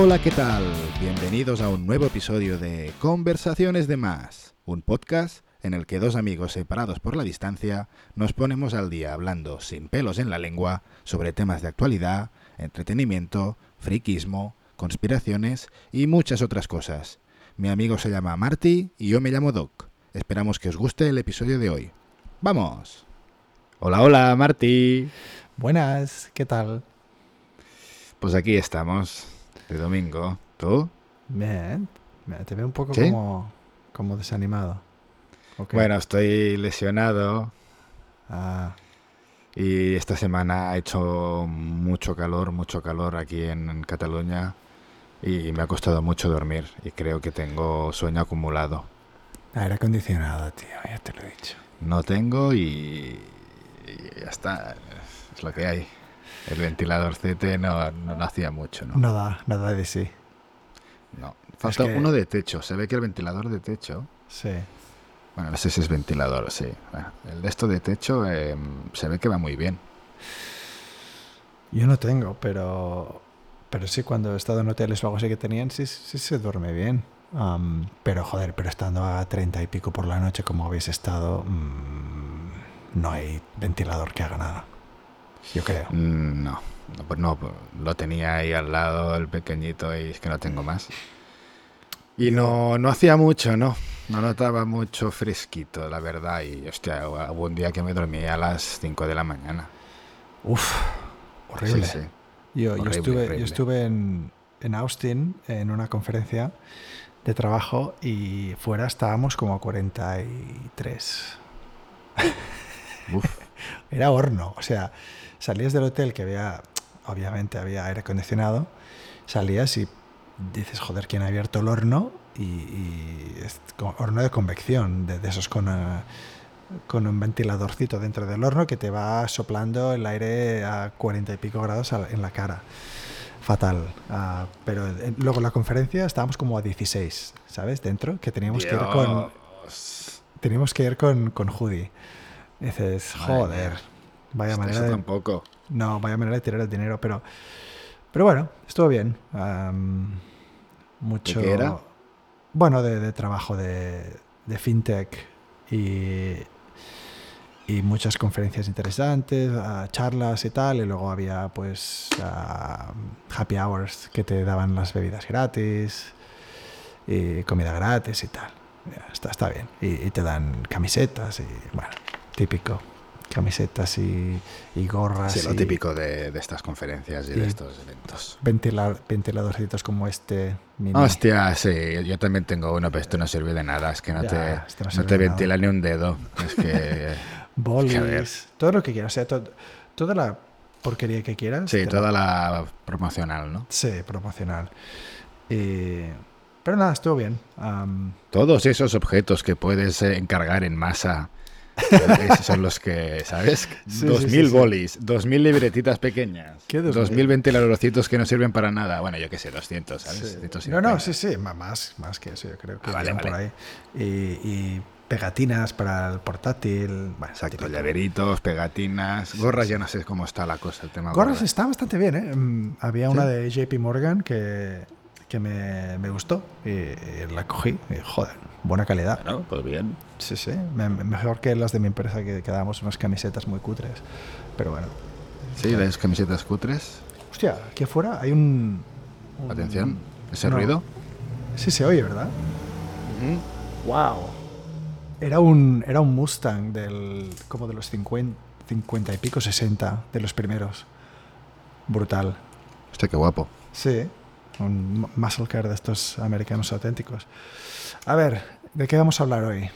Hola, ¿qué tal? Bienvenidos a un nuevo episodio de Conversaciones de Más, un podcast en el que dos amigos separados por la distancia nos ponemos al día hablando sin pelos en la lengua sobre temas de actualidad, entretenimiento, friquismo, conspiraciones y muchas otras cosas. Mi amigo se llama Marty y yo me llamo Doc. Esperamos que os guste el episodio de hoy. ¡Vamos! Hola, hola, Marty. Buenas, ¿qué tal? Pues aquí estamos, de domingo. ¿Tú? Bien, te veo un poco ¿Sí? como desanimado. Ok. Bueno, estoy lesionado Ah, y esta semana ha hecho mucho calor aquí en Cataluña y me ha costado mucho dormir y creo que tengo sueño acumulado. aire acondicionado, tío, ya te lo he dicho. No tengo y ya está, es lo que hay. El ventiladorcete no hacía mucho, ¿no? Nada de sí. No. Es Falta que, uno de techo. Se ve que el ventilador de techo... sí. Bueno, no sé si es ventilador, sí. Bueno, el de esto de techo se ve que va muy bien. Yo no tengo, pero sí, cuando he estado en hoteles o algo así que tenían, sí se duerme bien. Pero joder, pero estando a 30 y pico por la noche como habéis estado, no hay ventilador que haga nada. Yo creo. Pues lo tenía ahí al lado el pequeñito y es que no tengo más. Y Yo- no hacía mucho, ¿no? No notaba mucho fresquito, la verdad. Y hostia, hubo un día que me dormí a las 5 de la mañana. Uf, Sí, horrible. sí, Yo horrible, estuve, yo horrible. estuve en Austin en una conferencia de trabajo y fuera estábamos como a 43. Uf, Era horno, o sea, salías del hotel que obviamente había aire acondicionado, salías y dices, joder, ¿quién ha abierto el horno? Y es horno de convección, de esos con un ventiladorcito dentro del horno que te va soplando el aire a 40 y pico grados en la cara. Fatal. Pero luego en la conferencia estábamos como a 16, ¿sabes? Dentro, que Dios. teníamos que ir con hoodie. Y dices, Madre joder, mía. vaya manera Eso de... tampoco. No, vaya manera de tirar el dinero, pero bueno, estuvo bien. ¿De qué era? Mucho, bueno, de trabajo de fintech y, y muchas conferencias interesantes, charlas y tal, y luego había pues happy hours que te daban las bebidas gratis y comida gratis y tal. Ya, está bien. Y te dan camisetas y bueno, típico. Camisetas y Sí, gorras lo típico de estas conferencias y de y estos eventos. ventiladorcitos como este mini. Hostia, sí, yo también tengo uno, pero esto no sirve de nada. Es que Ya, esto no no sirve te de nada. ventila ni un dedo. Es que a ver. Bolis, todo lo que quieras, o sea, toda la porquería que quieras, Sí, toda la promocional, ¿no? sí, promocional. Y, pero nada, estuvo bien. Todos esos objetos que puedes encargar en masa, esos son los que, ¿sabes? Sí, Dos sí, sí, mil sí. bolis, 2000 libretitas pequeñas, ¿Qué 2000 2000? ventiladorcitos que no sirven para nada. Bueno, yo qué sé, 200, ¿sabes? Sí. No, 150. sí, sí, más que eso, yo creo que Vale, irían por vale. ahí. Y pegatinas para el portátil, bueno, Exacto, típico. llaveritos, pegatinas, Sí, gorras, sí. ya no sé cómo está la cosa, el tema Gorras gorras. está bastante bien, ¿eh? Había una ¿Sí? de JP Morgan que me gustó y la cogí. Y, joder, buena calidad. Bueno, pues bien. Sí, sí. Mejor que las de mi empresa que dábamos unas camisetas muy cutres. Pero bueno. Sí, las camisetas cutres. Hostia, aquí afuera hay Atención, ese no. ruido. Sí se oye, ¿verdad? Ujú. Wow. Era un Mustang como de los 50 y pico, 60 de los primeros. Brutal. Hostia, qué guapo. Sí, un muscle car de estos americanos auténticos. A ver, ¿de qué vamos a hablar hoy?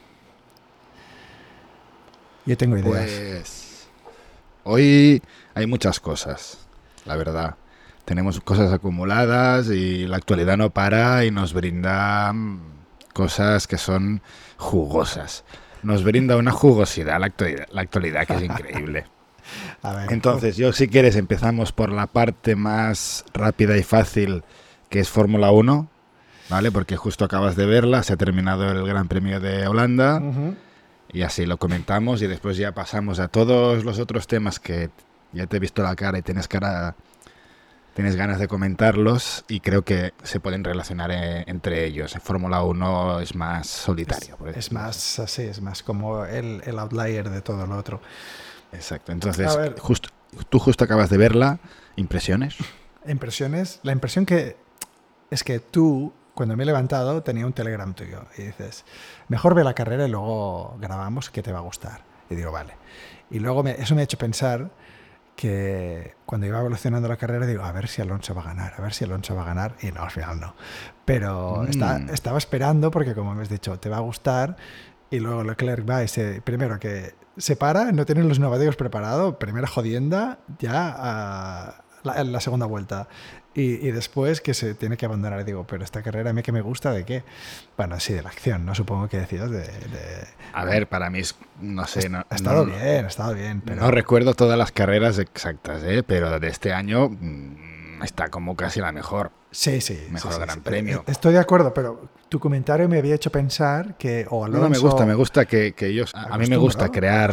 Yo tengo ideas. Pues hoy hay muchas cosas, la verdad. Tenemos cosas acumuladas y la actualidad no para y nos brinda cosas que son jugosas. Nos brinda una jugosidad la actualidad que es increíble. A ver, Entonces, yo si quieres empezamos por la parte más rápida y fácil, que es Fórmula Uno, ¿vale? Porque justo acabas de verla, se ha terminado el Gran Premio de Holanda. ujú. Y así lo comentamos y después ya pasamos a todos los otros temas que ya te he visto la cara y tienes cara tienes ganas de comentarlos y creo que se pueden relacionar entre ellos. En Fórmula 1 es más solitario. Es más así, es más como el outlier de todo lo otro. Exacto. Entonces, tú justo acabas de verla. ¿Impresiones? Impresiones. La impresión que es que tú, cuando me he levantado, tenía un Telegram tuyo y dices, mejor ve la carrera y luego grabamos, que te va a gustar. Y digo, vale. Y luego eso me ha hecho pensar que cuando iba evolucionando la carrera digo, a ver si Alonso va a ganar, a ver si Alonso va a ganar, y no, al final no. Pero estaba esperando porque, como me has dicho, te va a gustar, y luego Leclerc va y primero que se para, no tienen los neumáticos preparados, primera jodienda ya en la segunda vuelta. Y después que se tiene que abandonar. Digo, pero esta carrera a mí que me gusta, ¿de qué? Bueno, sí, de la acción, ¿no? Supongo que decidas de... A ver, para mí, no sé... Ha estado bien. Pero... No recuerdo todas las carreras exactas, pero de este año está como casi la mejor. Sí. Mejor Gran Premio. Estoy de acuerdo, pero tu comentario me había hecho pensar que... Alonso, no, me gusta que ellos... A mí me gusta crear...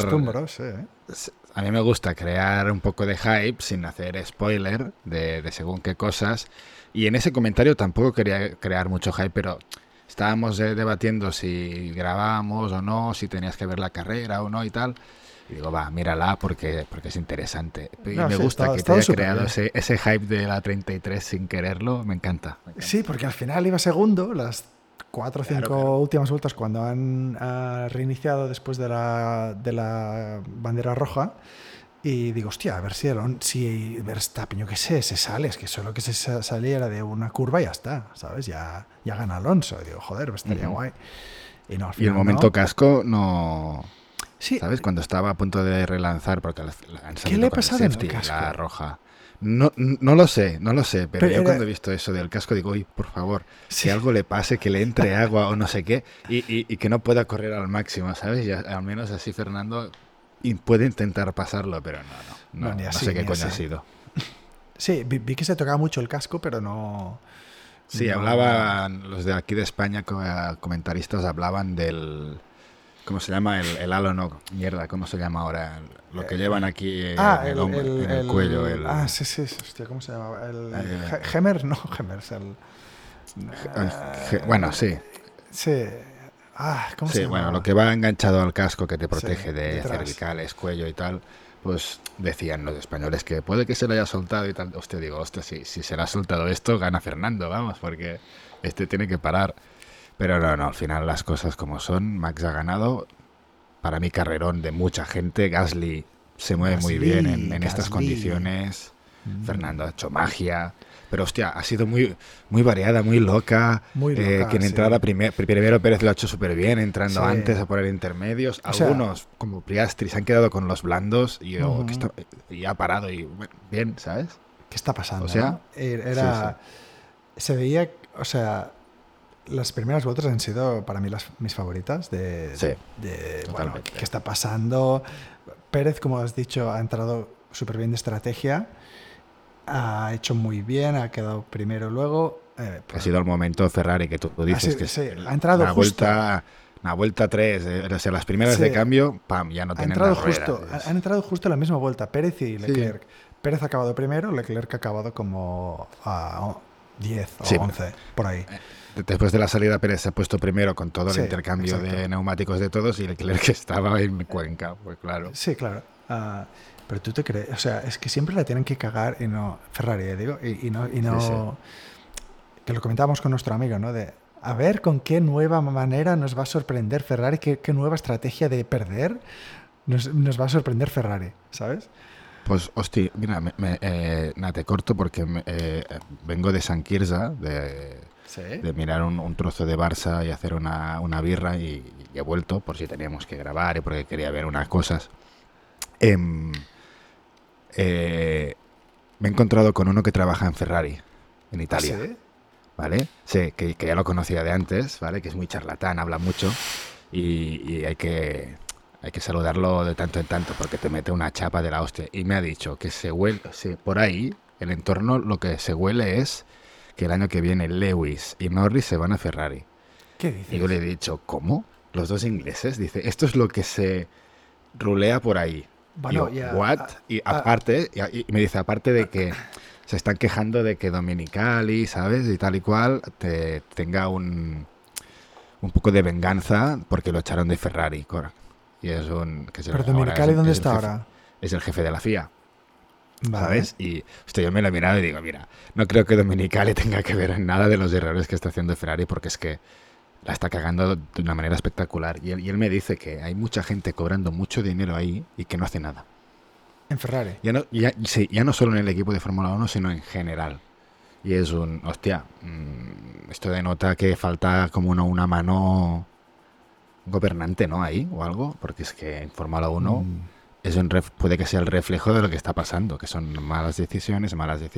A mí me gusta crear un poco de hype sin hacer spoiler de según qué cosas. Y en ese comentario tampoco quería crear mucho hype, pero estábamos debatiendo si grabábamos o no, si tenías que ver la carrera o no y tal. Y digo, va, mírala porque es interesante. Y me gusta que te haya creado ese hype de la 33 sin quererlo. Me encanta. Sí, porque al final iba segundo, las 4 o 5 últimas vueltas cuando han reiniciado después de la bandera roja, y digo, hostia, a ver si Verstappen, yo qué sé, se sale, es que solo que se saliera de una curva y ya está, ¿sabes? Ya gana Alonso. Y digo, joder, estaría guay. Y no, al final y el momento casco no... Sí. ¿Sabes? Cuando estaba a punto de relanzar, porque ¿qué le ha pasado en el casco? La roja. No lo sé, pero yo cuando he visto eso del casco digo, uy, por favor, que algo le pase, que le entre agua o no sé qué, y que no pueda correr al máximo, ¿sabes? Y al menos así Fernando puede intentar pasarlo, pero no sé qué coño ha sido. Sí, vi que se tocaba mucho el casco, pero no... Sí, hablaban, los de aquí de España, comentaristas, hablaban del... ¿Cómo se llama? El halo, no, mierda, ¿cómo se llama ahora? Lo que llevan aquí en el cuello. Sí, hostia, ¿cómo se llama? Gemmer, no, Gemmer, bueno, sí. Sí. ¿Cómo se llama? Bueno, lo que va enganchado al casco que te protege de cervicales, cuello y tal, pues decían los españoles que puede que se lo haya soltado y tal. Hostia, si se le ha soltado esto, gana Fernando, vamos, porque tiene que parar. Pero no, al final las cosas como son. Max ha ganado. Para mí, carrerón de mucha gente. Gasly se mueve muy bien en estas condiciones. Fernando ha hecho magia. Pero, hostia, ha sido muy, muy variada, muy loca. Que en entrada primero Pérez lo ha hecho súper bien, entrando antes a poner intermedios. Algunos, como Piastri, se han quedado con los blandos y ha parado y bien, ¿sabes? ¿Qué está pasando? O sea, se veía, o sea... Las primeras vueltas han sido para mí mis favoritas bueno, ¿qué está pasando? Pérez, como has dicho, ha entrado súper bien de estrategia, ha hecho muy bien, ha quedado primero luego. Ha sido el momento Ferrari que tú dices ha entrado una vuelta 3, o sea, las primeras de cambio, ya no tienen las ruedas. Han entrado justo en la misma vuelta, Pérez y Leclerc. Sí. Pérez ha acabado primero, Leclerc ha acabado como a 10 o 11, por ahí. Después de la salida, Pérez se ha puesto primero con todo el intercambio de neumáticos de todos y Leclerc que estaba en Cuenca, pues claro. Sí, claro. Pero tú te crees, o sea, es que siempre la tienen que cagar y no Ferrari, digo, y no sí. Que lo comentábamos con nuestro amigo, ¿no? De a ver con qué nueva manera nos va a sorprender Ferrari, qué nueva estrategia de perder nos va a sorprender Ferrari, ¿sabes? Pues, hostia, mira, te corto porque vengo de Sant Quirze, de mirar un trozo de Barça y hacer una birra y he vuelto por si teníamos que grabar y porque quería ver unas cosas. Me he encontrado con uno que trabaja en Ferrari, en Italia. ¿Sí? ¿Vale? Sí, que ya lo conocía de antes, ¿vale? Que es muy charlatán, habla mucho y hay que saludarlo de tanto en tanto porque te mete una chapa de la hostia. Y me ha dicho que por ahí, el entorno, lo que se huele es que el año que viene Lewis y Norris se van a Ferrari. ¿Qué dices? Y yo le he dicho, ¿cómo? Los dos ingleses. Dice, esto es lo que se rulea por ahí. Bueno, ¿what? Y aparte, y me dice, aparte de que se están quejando de que Dominicali, ¿sabes? Y tal y cual, tenga un poco de venganza porque lo echaron de Ferrari. Y es Pero Dominicali, ¿dónde está jefe, ahora? es el jefe de la FIA. Vale. ¿Sabes? Y yo me lo he mirado y digo, mira, no creo que Dominicali tenga que ver en nada de los errores que está haciendo Ferrari, porque es que la está cagando de una manera espectacular. Y él me dice que hay mucha gente cobrando mucho dinero ahí y que no hace nada. En Ferrari. Ya no solo en el equipo de Fórmula 1, sino en general. Y es hostia, esto denota que falta como una mano gobernante, ¿no? Ahí o algo, porque es que en Fórmula 1 puede que sea el reflejo de lo que está pasando, que son malas decisiones,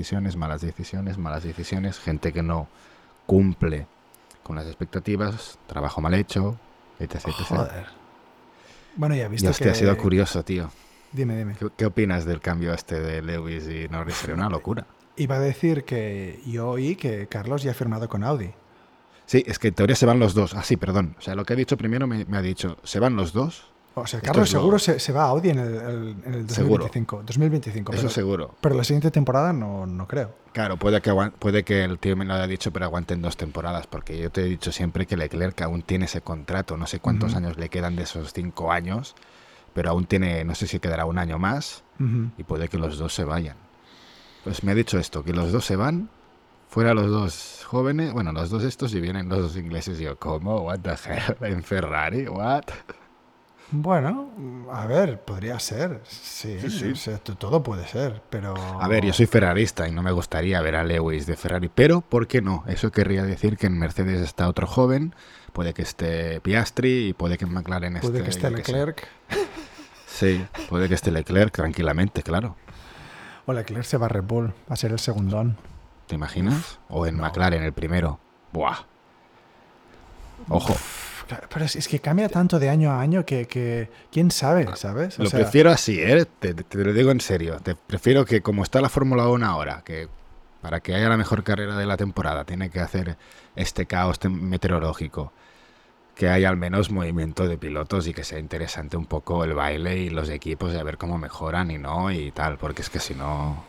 gente que no cumple con las expectativas, trabajo mal hecho, etc. Joder. Bueno, ya he visto hostia, que... ha sido curioso, tío. Dime. ¿Qué opinas del cambio este de Lewis y Norris? Sería una locura. Iba a decir que yo oí que Carlos ya ha firmado con Audi. Sí, es que en teoría se van los dos. Ah, sí, perdón. O sea, lo que ha dicho primero me ha dicho, ¿se van los dos? O sea, Carlos seguro se va a Audi en el 2025. 2025. Eso seguro. Pero la siguiente temporada no creo. Claro, puede que el tío me lo haya dicho, pero aguanten 2 temporadas, porque yo te he dicho siempre que Leclerc aún tiene ese contrato. No sé cuántos años le quedan de esos 5 años, pero aún tiene, no sé si quedará un año más, y puede que los dos se vayan. Pues me ha dicho esto, que los dos se van, fuera los dos jóvenes, bueno, los dos estos, y vienen los dos ingleses. Y yo, ¿cómo? ¿What the hell? ¿En Ferrari? ¿What? Bueno, a ver, podría ser. Sí. O sea, todo puede ser, pero... A ver, yo soy ferrarista y no me gustaría ver a Lewis de Ferrari, pero ¿por qué no? Eso querría decir que en Mercedes está otro joven, puede que esté Piastri y puede que en McLaren esté... Puede que esté Leclerc. Sí, puede que esté Leclerc tranquilamente, claro. O Leclerc se va a Red Bull, va a ser el segundón. ¿Te imaginas? O en McLaren el primero. Buah. Ojo. Pero es que cambia tanto de año a año que quién sabe, ¿sabes? Lo prefiero así, ¿eh? Te lo digo en serio. Prefiero que como está la Fórmula 1 ahora, que para que haya la mejor carrera de la temporada tiene que hacer este caos meteorológico, que haya al menos movimiento de pilotos y que sea interesante un poco el baile y los equipos y a ver cómo mejoran y tal, porque es que si no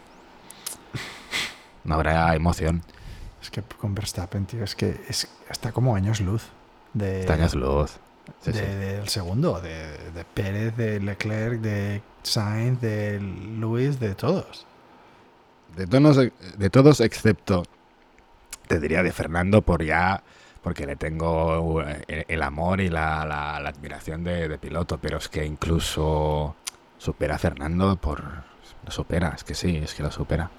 habrá emoción. Es que con Verstappen, tío, es que está como años luz. Años luz. Sí. Del segundo, de Pérez, de Leclerc, de Sainz, de Lewis, de todos. De todos excepto, te diría, de Fernando, porque le tengo el amor y la admiración de piloto, pero es que incluso supera a Fernando lo supera, es que lo supera.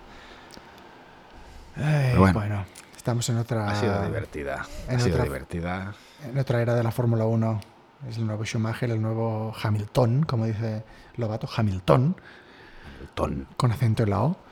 Pero bueno, estamos en otra... Ha sido divertida. En otra era de la Fórmula 1. Es el nuevo Schumacher, el nuevo Hamilton, como dice Lobato, Hamilton. Con acento en la O.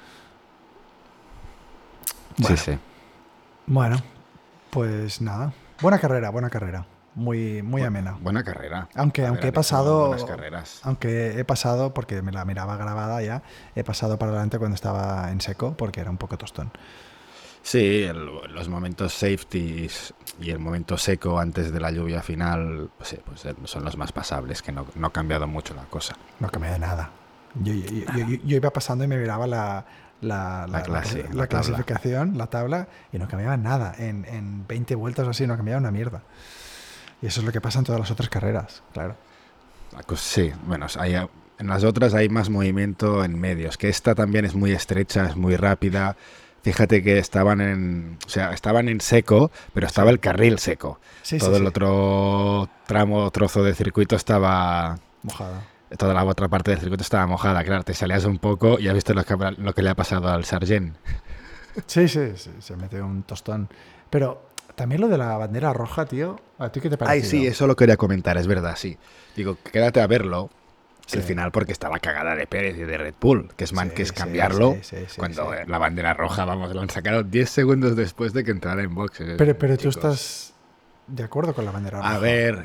Bueno, sí. Bueno, pues nada. Buena carrera. Muy amena. Buena carrera. Aunque he pasado... Buenas carreras. Aunque he pasado, porque me la miraba grabada ya, he pasado para adelante cuando estaba en seco, porque era un poco tostón. Sí, los momentos safeties y el momento seco antes de la lluvia final pues son los más pasables, que no ha cambiado mucho la cosa. No ha cambiado nada. Yo iba pasando y me miraba la clasificación, la tabla, y no cambiaba nada. En 20 vueltas o así no cambiaba una mierda. Y eso es lo que pasa en todas las otras carreras, claro. Sí, bueno, en las otras hay más movimiento en medios, que esta también es muy estrecha, es muy rápida. Fíjate que estaban en seco, pero estaba el carril seco. Todo el otro trozo de circuito estaba mojada. Toda la otra parte del circuito estaba mojada. Claro, te salías un poco y has visto lo que le ha pasado al Sargent. Sí, se metió un tostón. Pero también lo de la bandera roja, tío, ¿a ti qué te parece? Ay, sí, eso lo quería comentar, es verdad, sí. Digo, quédate a verlo. El final, porque está la cagada de Pérez y de Red Bull, que es cambiarlo cuando la bandera roja, vamos, lo han sacado 10 segundos después de que entrara en boxes. Pero tú estás de acuerdo con la bandera roja. A ver,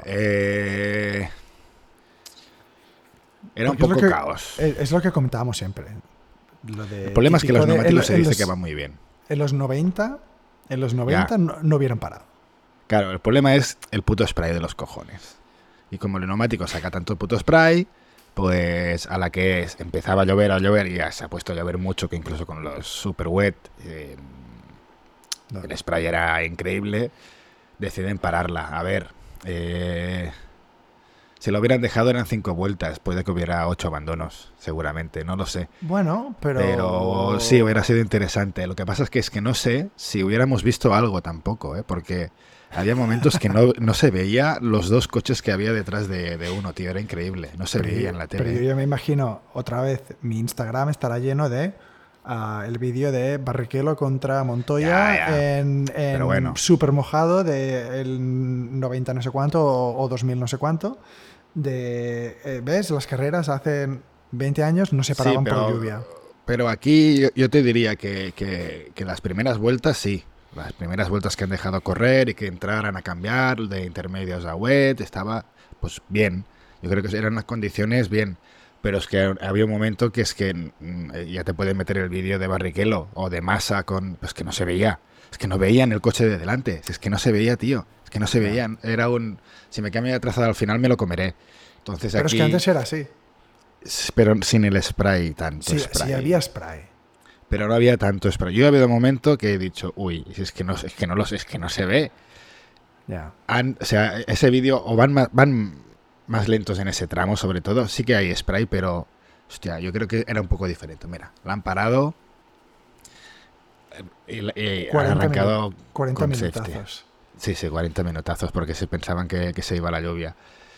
era un poco caos. Es lo que comentábamos siempre. El problema es que los neumáticos se dice que van muy bien. En los 90 no hubieran parado. Claro, el problema es el puto spray de los cojones. Y como el neumático saca tanto puto spray, Pues a la que empezaba a llover y ya se ha puesto a llover mucho, que incluso con los super wet, No. el spray era increíble, deciden pararla. A ver, si lo hubieran dejado eran 5 vueltas, puede que hubiera 8 abandonos, seguramente, no lo sé. Bueno, Pero sí, hubiera sido interesante. Lo que pasa es que no sé si hubiéramos visto algo tampoco, porque había momentos que no se veía los 2 coches que había detrás de uno, tío, era increíble, no se veía en la Pero tele. yo ya me imagino, otra vez, mi Instagram estará lleno de el vídeo de Barrichello contra Montoya Ya. en Pero bueno. súper mojado del 90 no sé cuánto o 2000 no sé cuánto. ¿Ves? Las carreras hace 20 años no se Sí, paraban por lluvia. pero aquí yo te diría que las primeras vueltas sí. Las primeras vueltas que han dejado correr y que entraran a cambiar de intermedios a wet, estaba pues bien. Yo creo que eran las condiciones bien. Pero es que había un momento que es que ya te pueden meter el vídeo de Barrichello o de Massa con... Pues que no se veía. Es que no veían el coche de delante. Es que no se veía, tío. Es que no se veían. Era un... Si me cambia de trazado al final me lo comeré. Entonces Pero aquí... es que antes era así. Pero sin el spray, tanto spray. Sí había spray. Pero no había tanto spray. Yo he habido un momento que he dicho, uy, es que no se ve. Ya. O sea, ese vídeo o van más lentos en ese tramo, sobre todo. Sí que hay spray, pero hostia, yo creo que era un poco diferente. Mira, la han parado y han arrancado 40 con minutazos. safety. Sí, 40 minutazos porque se pensaban que se iba la lluvia.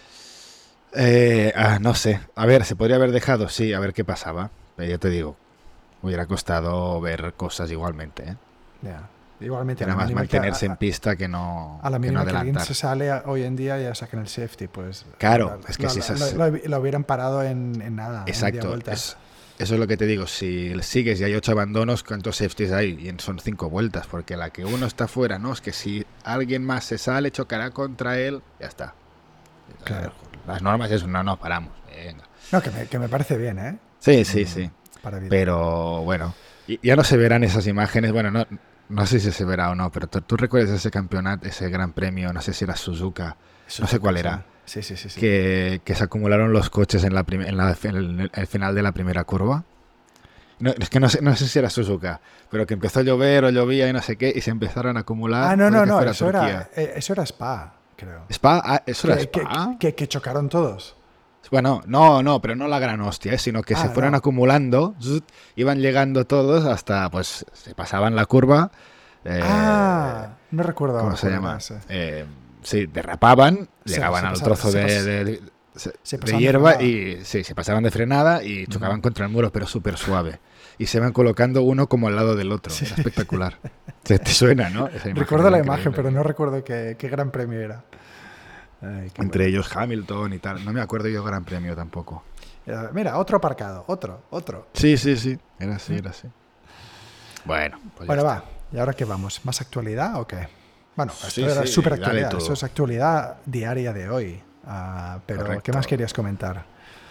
No sé. A ver, ¿se podría haber dejado? Sí, a ver qué pasaba. Pero yo te digo, hubiera costado ver cosas igualmente, ¿eh? Ya. Igualmente, Era a la más mínima mantenerse en pista que no a la mínima que alguien adelantar. se sale hoy en día ya sacan el safety, pues Claro, es que si lo hubieran parado en nada, en 10 exacto, vueltas. eso es lo que te digo. Si sigues y hay 8 abandonos, ¿cuántos safeties hay? Y son 5 vueltas, porque la que uno está fuera, ¿no? Es que si alguien más se sale, chocará contra él, ya está. Claro. Las normas es no paramos. Venga. No, que me parece bien, ¿eh? Sí. Para evitar. Pero bueno, ya no se verán esas imágenes. Bueno, no sé si se verá o no, pero tú recuerdas ese campeonato, ese gran premio, no sé si era Suzuka, no sé cuál era. Sí. Que se acumularon los coches en el final de la primera curva. No, es que no sé si era Suzuka, pero que empezó a llover o llovía y no sé qué, y se empezaron a acumular. No, Puede que eso fuera eso era Spa, creo. Spa. ¿Eso era Spa? Que chocaron todos. Bueno, no, pero no la gran hostia, sino que se fueron acumulando, iban llegando todos hasta, pues, se pasaban la curva. No recuerdo. ¿Cómo se llama? Sí, derrapaban, llegaban se al pasaban, trozo de pasaban hierba de y sí, se pasaban de frenada y chocaban contra el muro, pero súper suave. Y se van colocando uno como al lado del otro. Sí. Era espectacular. Te suena, ¿no? Recuerdo la imagen, pero no recuerdo qué gran premio era. Ay, entre ellos Hamilton y tal. No me acuerdo yo gran premio tampoco. Mira, otro aparcado, otro. Sí. Era así. Bueno, pues bueno, va. ¿Y ahora qué vamos? ¿Más actualidad o qué? Bueno, esto era sí, súper actualidad. dale tú. Eso es actualidad diaria de hoy. Pero, Correcto. ¿qué más querías comentar?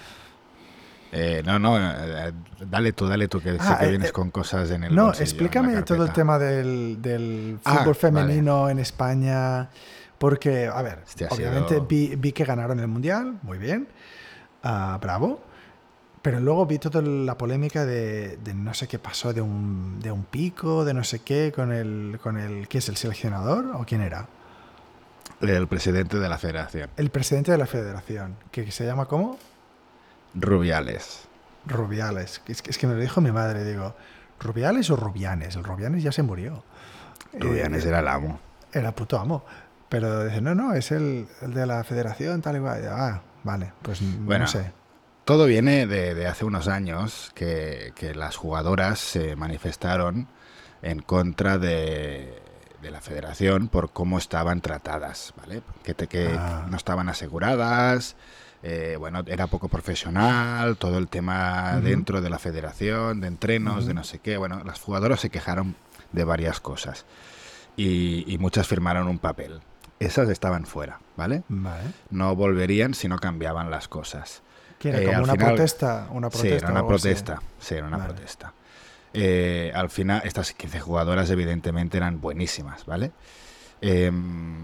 Dale tú, que sé que vienes con cosas en el bolsillo, explícame en la todo el carpeta. tema del fútbol femenino en España. Porque, a ver, Hostia, obviamente vi que ganaron el Mundial, muy bien, bravo. Pero luego vi toda la polémica de no sé qué pasó, de un pico, de no sé qué, con el ¿qué es el seleccionador o quién era? El presidente de la federación. El presidente de la federación, que se llama ¿cómo? Rubiales. Rubiales. Es que me lo dijo mi madre, digo, ¿Rubiales o Rubianes? El Rubianes ya se murió. Rubiales era el amo. Era puto amo. Pero dice, no, es el de la federación, tal y cual. Vale, pues Bueno, no sé. Todo viene de hace unos años que las jugadoras se manifestaron en contra de la federación por cómo estaban tratadas, ¿vale? Que no estaban aseguradas, era poco profesional, todo el tema dentro de la federación, de entrenos, de no sé qué. Bueno, las jugadoras se quejaron de varias cosas y muchas firmaron un papel. Esas estaban fuera, ¿vale? No volverían si no cambiaban las cosas. ¿Qué era? ¿Como una protesta? Sí, era una protesta. Sí, era una protesta. Al final, estas 15 jugadoras evidentemente eran buenísimas, ¿vale?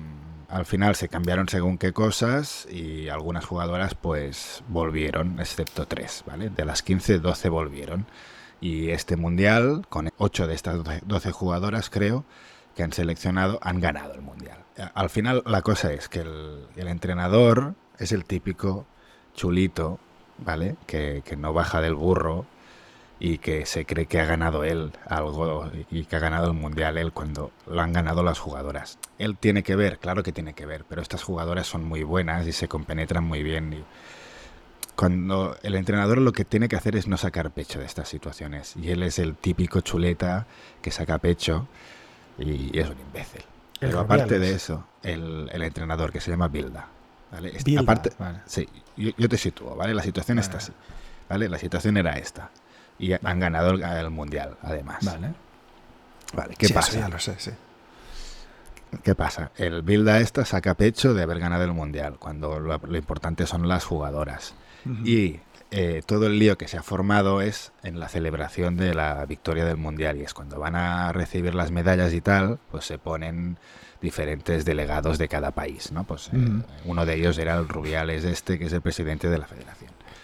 al final se cambiaron según qué cosas y algunas jugadoras pues volvieron, excepto 3, ¿vale? De las 15, 12 volvieron. Y este mundial, con 8 de estas 12 jugadoras, creo, que han seleccionado, han ganado el mundial. Al final la cosa es que el entrenador es el típico chulito, ¿vale? Que no baja del burro y que se cree que ha ganado él algo y que ha ganado el mundial él cuando lo han ganado las jugadoras. Él tiene que ver, claro que tiene que ver, pero estas jugadoras son muy buenas y se compenetran muy bien. Y cuando el entrenador lo que tiene que hacer es no sacar pecho de estas situaciones. Y él es el típico chuleta que saca pecho y es un imbécil. Pero aparte de eso, el entrenador que se llama Bilda, ¿vale? Bilda, aparte, vale. Sí, yo te sitúo, ¿vale? La situación está así, ¿vale? La situación era esta. Y han ganado el mundial, además. Vale, ¿qué pasa? Eso ya lo sé, sí. ¿Qué pasa? El Bilda saca pecho de haber ganado el mundial, cuando lo importante son las jugadoras. Uh-huh. Y todo el lío que se ha formado es en la celebración de la victoria del mundial. Y es cuando van a recibir las medallas y tal, pues se ponen diferentes delegados de cada país, ¿no? Pues uno de ellos era el Rubiales que es el presidente de la federación.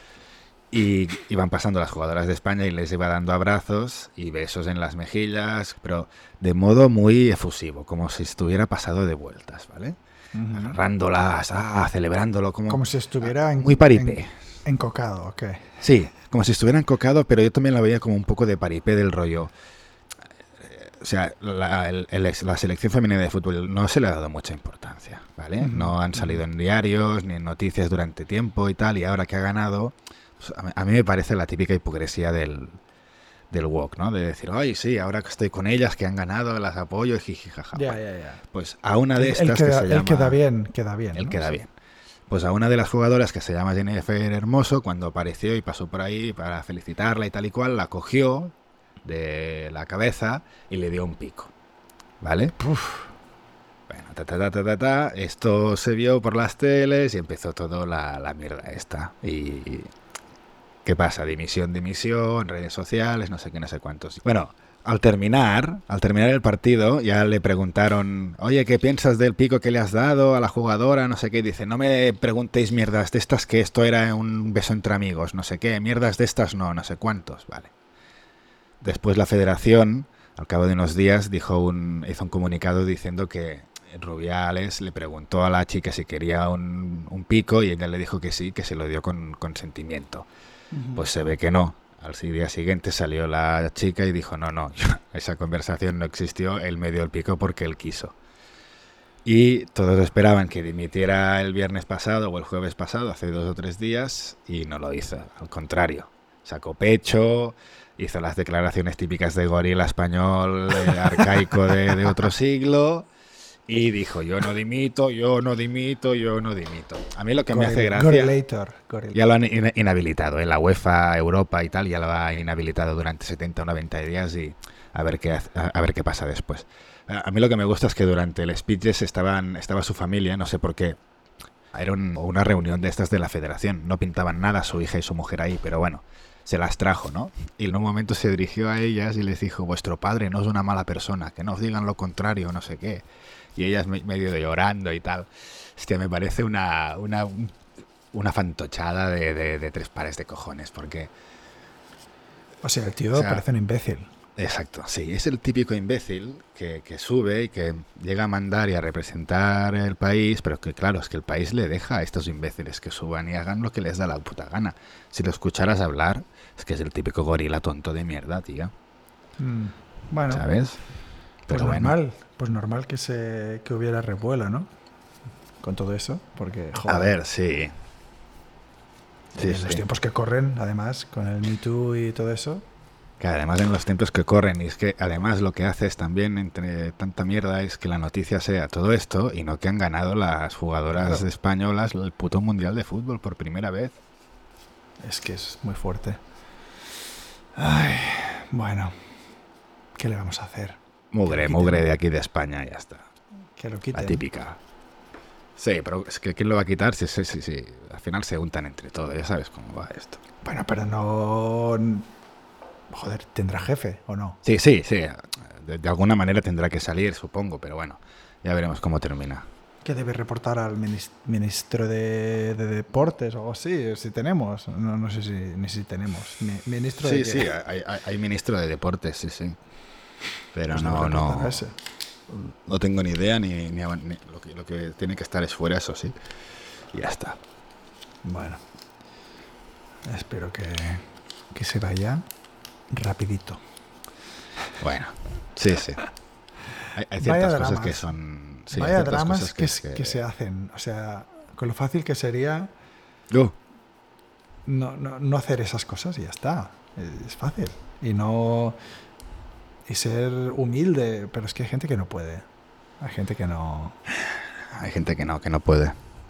Y iban pasando las jugadoras de España y les iba dando abrazos y besos en las mejillas, pero de modo muy efusivo, como si estuviera pasado de vueltas, ¿vale? Uh-huh. Agarrándolas, celebrándolo, como si estuviera muy paripé. Encocado, ok. Sí, como si estuviera encocado, pero yo también lo veía como un poco de paripé del rollo. O sea, la selección femenina de fútbol no se le ha dado mucha importancia, ¿vale? Uh-huh. No han salido en diarios ni en noticias durante tiempo y tal, y ahora que ha ganado... Pues a mí me parece la típica hipocresía del woke, ¿no? De decir, ay, sí, ahora que estoy con ellas, que han ganado, las apoyo, jijijaja. Ya. Pues a una de estas que se llama... queda bien. Él queda bien. Pues a una de las jugadoras que se llama Jennifer Hermoso, cuando apareció y pasó por ahí para felicitarla y tal y cual, la cogió de la cabeza y le dio un pico, ¿vale? Bueno, esto se vio por las teles y empezó todo la mierda esta. Y... ¿qué pasa? Dimisión, redes sociales, no sé qué, no sé cuántos. Bueno, al terminar el partido ya le preguntaron, oye, ¿qué piensas del pico que le has dado a la jugadora? No sé qué. Dice, no me preguntéis mierdas de estas, que esto era un beso entre amigos, no sé qué. Mierdas de estas no sé cuántos. Vale. Después la federación, al cabo de unos días, hizo un comunicado diciendo que Rubiales le preguntó a la chica si quería un pico y ella le dijo que sí, que se lo dio con consentimiento. Pues se ve que no. Al día siguiente salió la chica y dijo, no, esa conversación no existió, él me dio el pico porque él quiso. Y todos esperaban que dimitiera el viernes pasado o el jueves pasado, hace 2 o 3 días, y no lo hizo. Al contrario, sacó pecho, hizo las declaraciones típicas de gorila español, arcaico de otro siglo... Y dijo, yo no dimito. A mí lo que me hace gracia... Gorillator. Ya lo han inhabilitado, la UEFA, Europa y tal, ya lo ha inhabilitado durante 70 o 90 días y a ver qué pasa después. A mí lo que me gusta es que durante el speeches estaba su familia, no sé por qué. Era una reunión de estas de la federación. No pintaban nada su hija y su mujer ahí, pero bueno, se las trajo, ¿no? Y en un momento se dirigió a ellas y les dijo, vuestro padre no es una mala persona, que no os digan lo contrario, no sé qué. Y ellas medio de llorando y tal. Hostia, me parece una fantochada de 3 pares de cojones, porque... O sea, el tío parece un imbécil. Exacto, sí. Es el típico imbécil que sube y que llega a mandar y a representar el país, pero que claro, es que el país le deja a estos imbéciles que suban y hagan lo que les da la puta gana. Si lo escucharas hablar, es que es el típico gorila tonto de mierda, tío. Bueno. ¿Sabes? Pero normal. Pues normal que hubiera revuelo, ¿no? Con todo eso, porque... Joder, a ver, sí. En los tiempos que corren, además, con el Me Too y todo eso... Que además en los tiempos que corren, y es que además lo que haces también entre tanta mierda es que la noticia sea todo esto y no que han ganado las jugadoras españolas el puto mundial de fútbol por primera vez. Es que es muy fuerte. Ay, bueno, ¿qué le vamos a hacer? Mugre de aquí de España, ya está. Que lo quiten. La típica. Sí, pero es que ¿quién lo va a quitar? Sí. Al final se untan entre todos, ya sabes cómo va esto. Bueno, pero no... Joder, ¿tendrá jefe o no? Sí. De alguna manera tendrá que salir, supongo, pero bueno, ya veremos cómo termina. que debe reportar al ministro de Deportes o algo así, si tenemos. No sé ni si tenemos. Ministro Sí, de sí, hay ministro de deportes, sí. Pero pues no, ese. no tengo ni idea ni lo que tiene que estar es fuera, eso sí. Y ya está. Bueno, espero que se vaya rapidito. Bueno, sí. Hay ciertas cosas que son... Sí, vaya dramas que se hacen. O sea, con lo fácil que sería no hacer esas cosas y ya está. Es fácil. Y ser humilde. Pero es que hay gente que no puede. Hay gente que no... Hay gente que no puede.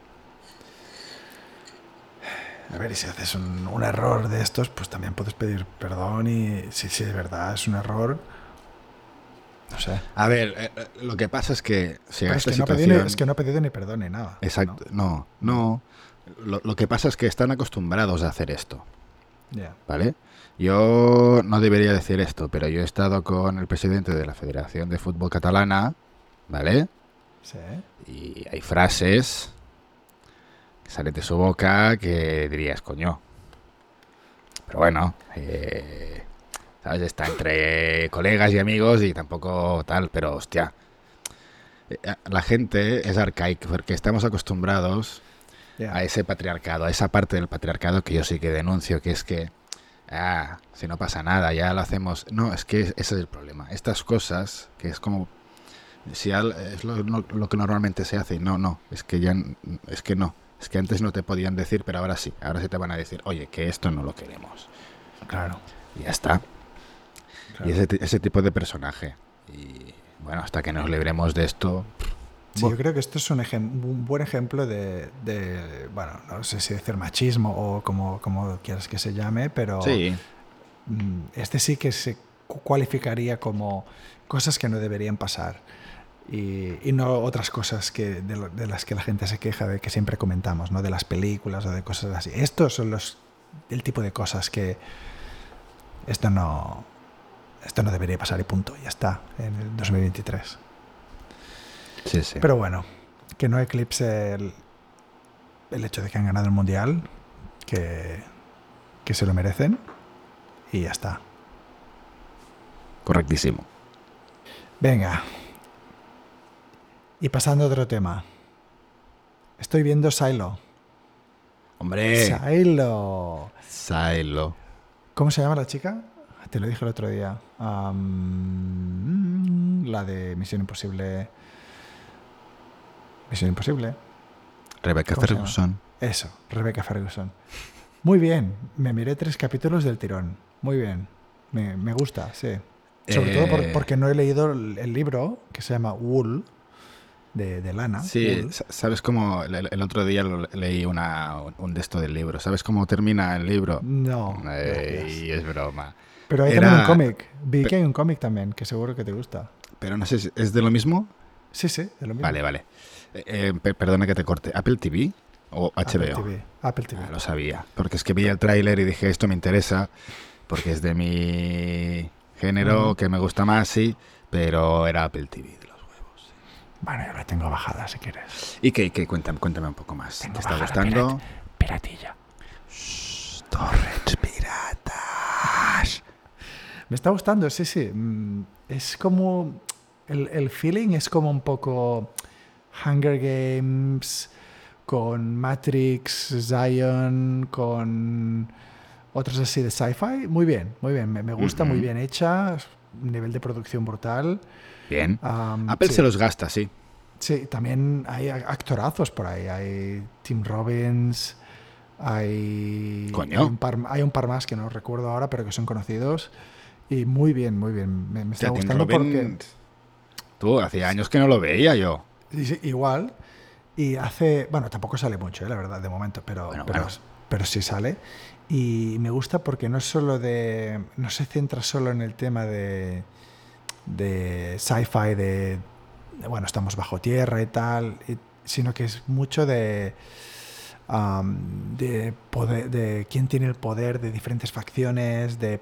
A ver, y si haces un error de estos, pues también puedes pedir perdón y si de verdad es un error, no sé. A ver, lo que pasa es que si es que no ha pedido ni perdón ni nada. Exacto, no. Lo que pasa es que están acostumbrados a hacer esto. Yeah. ¿Vale? Yo no debería decir esto, pero yo he estado con el presidente de la Federación de Fútbol Catalana, ¿vale? Sí. Y hay frases que salen de su boca que dirías, coño. Pero bueno, ¿sabes? Está entre colegas y amigos y tampoco tal, pero hostia. La gente es arcaica porque estamos acostumbrados a ese patriarcado, a esa parte del patriarcado que yo sí que denuncio, que es que, si no pasa nada, ya lo hacemos. No, es que ese es el problema. Estas cosas, que es como, si es lo que normalmente se hace, no, es que ya, es que no. Es que antes no te podían decir, pero ahora sí te van a decir, oye, que esto no lo queremos. Claro. Y ya está. Claro. Y ese tipo de personaje. Y bueno, hasta que nos libremos de esto... Sí, yo creo que esto es un buen ejemplo de, bueno, no sé si decir machismo o como quieras que se llame, pero sí. Este sí que se cualificaría como cosas que no deberían pasar. Y no otras cosas de las que la gente se queja, de que siempre comentamos, ¿no? De las películas o de cosas así. Estos son el tipo de cosas que esto no debería pasar y punto, ya está, en el 2023. Sí. Pero bueno, que no eclipse el hecho de que han ganado el Mundial, que se lo merecen y ya está. Correctísimo. Venga. Y pasando a otro tema. Estoy viendo Silo. ¡Hombre! Silo. ¿Cómo se llama la chica? Te lo dije el otro día. La de Misión Imposible. Rebecca Ferguson. Eso, Rebecca Ferguson. Muy bien. Me miré 3 capítulos del tirón. Muy bien. Me gusta, sí. Sobre todo porque no he leído el libro que se llama Wool. De lana. Sí, Wool. ¿sabes cómo? El otro día leí un de esto del libro. ¿Sabes cómo termina el libro? No. Y es broma. Pero hay también un cómic. Vi que hay un cómic también, que seguro que te gusta. Pero no sé, ¿es de lo mismo? Sí, de lo mismo. Vale. Perdona que te corte. ¿Apple TV o HBO? Apple TV. Lo sabía. Porque es que vi el tráiler y dije, esto me interesa, porque es de mi género, que me gusta más, sí, pero era Apple TV. Bueno, yo la tengo bajada si quieres. ¿Y qué? Cuéntame un poco más. ¿Te está gustando? Piratilla. Torrents piratas. Me está gustando, sí. Es como... El feeling es como un poco Hunger Games, con Matrix, Zion, con otros así de sci-fi. Muy bien. Me gusta, muy bien hecha. Nivel de producción brutal. Bien. Apple se los gasta, sí. Sí, también hay actorazos por ahí. Hay Tim Robbins, hay un par más que no recuerdo ahora, pero que son conocidos. Y muy bien. Me está gustando porque... Tú, hacía años que no lo veía yo. Sí, igual. Y hace... Bueno, tampoco sale mucho, la verdad, de momento, pero sí sale. Y me gusta porque no es solo no se centra solo en el tema de sci-fi, bueno, estamos bajo tierra y tal, sino que es mucho de poder, de quién tiene el poder de diferentes facciones, de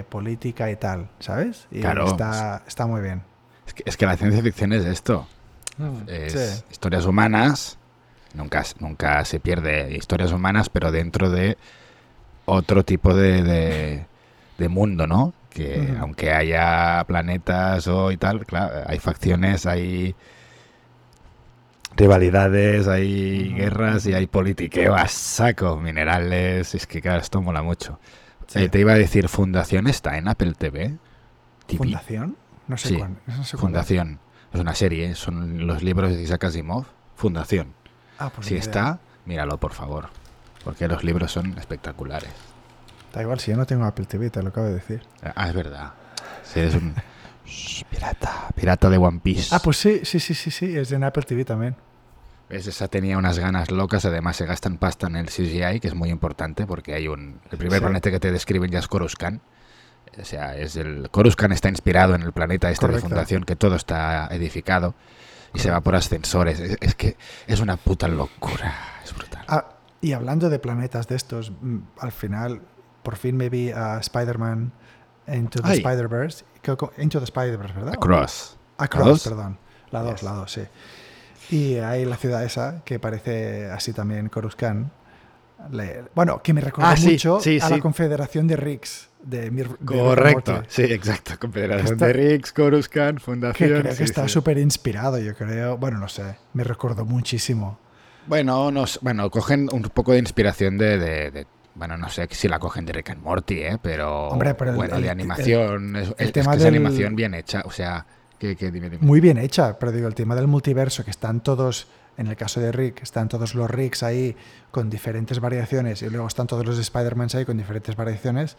política y tal, ¿sabes? Y claro. está muy bien. Es que la ciencia ficción es esto. Sí. Historias humanas, nunca se pierde historias humanas, pero dentro de otro tipo de mundo, ¿no? Que aunque haya planetas y tal, claro, hay facciones, hay rivalidades, hay guerras y hay politiqueo a saco, minerales. Es que, claro, esto mola mucho. Sí. Te iba a decir, ¿Fundación está en Apple TV? ¿Fundación? No sé Sí, cuál. No sé cuál es. Fundación. Es una serie, son los libros de Isaac Asimov. Fundación. Ah, pues Si ni idea. está, míralo, por favor. Porque los libros son espectaculares. Da igual, si yo no tengo Apple TV, te lo acabo de decir. Ah, es verdad. Sí, es un pirata de One Piece. Ah, pues sí, es en Apple TV también. ¿Ves? Esa tenía unas ganas locas. Además, se gastan pasta en el CGI, que es muy importante porque hay el primer planeta que te describen ya es Coruscant. O sea, Coruscant está inspirado en el planeta este de Fundación, que todo está edificado y se va por ascensores. Es que es una puta locura. Es brutal. Ah, y hablando de planetas de estos, al final, por fin me vi a Spider-Man Into the Spider-Verse. Into the Spider-Verse, ¿verdad? Across, perdón. La 2, sí. Y hay la ciudad esa, que parece así también Coruscant. Bueno, que me recordó mucho a la Confederación de Riggs. Correcto, sí, exacto. Confederación de Riggs, Coruscant, Fundación. Que creo que está súper inspirado, yo creo. Bueno, no sé, me recordó muchísimo. Bueno, cogen un poco de inspiración bueno, no sé si la cogen de Rick and Morty, pero... Hombre, pero bueno, de animación. El tema es animación bien hecha, o sea... Dime. Muy bien hecha, pero digo, el tema del multiverso, que están todos, en el caso de Rick, están todos los Ricks ahí con diferentes variaciones y luego están todos los Spider-Mans ahí con diferentes variaciones,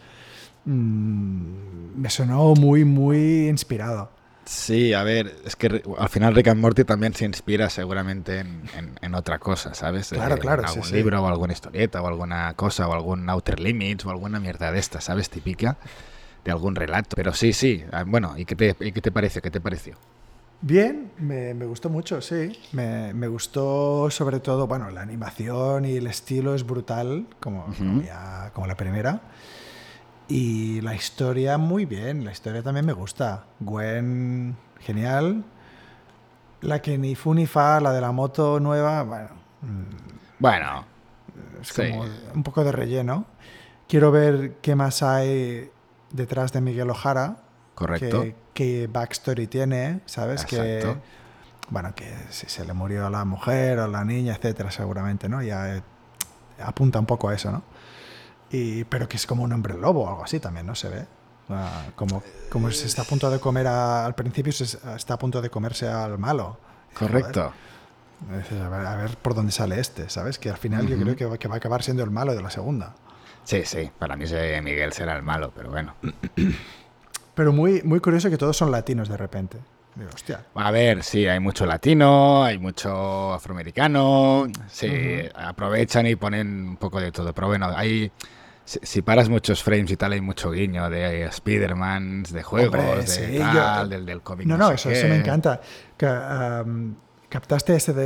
me sonó muy, muy inspirado. Sí, a ver, es que al final Rick and Morty también se inspira seguramente en otra cosa, ¿sabes? Claro, en algún libro o alguna historieta o alguna cosa o algún Outer Limits o alguna mierda de esta, ¿sabes? Típica de algún relato. Pero sí. Bueno, ¿y qué te parece? ¿Qué te pareció? Bien, me gustó mucho, sí. Me gustó sobre todo, bueno, la animación y el estilo es brutal, como la primera. Y la historia muy bien, la historia también me gusta. Gwen, genial. La que ni fu ni fa, la de la moto nueva, bueno, es como un poco de relleno. Quiero ver qué más hay detrás de Miguel O'Hara. Correcto. ¿Qué backstory tiene? ¿Sabes? Exacto. Que si se le murió a la mujer o a la niña, etcétera, seguramente, ¿no? Ya apunta un poco a eso, ¿no? Pero que es como un hombre lobo o algo así también, ¿no? Se ve. Como se está a punto de comer al principio, se está a punto de comerse al malo. Correcto. A ver por dónde sale ¿sabes? Que al final yo creo que va a acabar siendo el malo de la segunda. Sí, para mí Miguel será el malo, pero bueno. Pero muy, muy curioso que todos son latinos de repente. Digo, hostia. A ver, sí, hay mucho latino, hay mucho afroamericano, sí, aprovechan y ponen un poco de todo. Pero bueno, si paras muchos frames y tal, hay mucho guiño de Spider-Man, de juegos, del cómic. No, eso me encanta. Captaste ese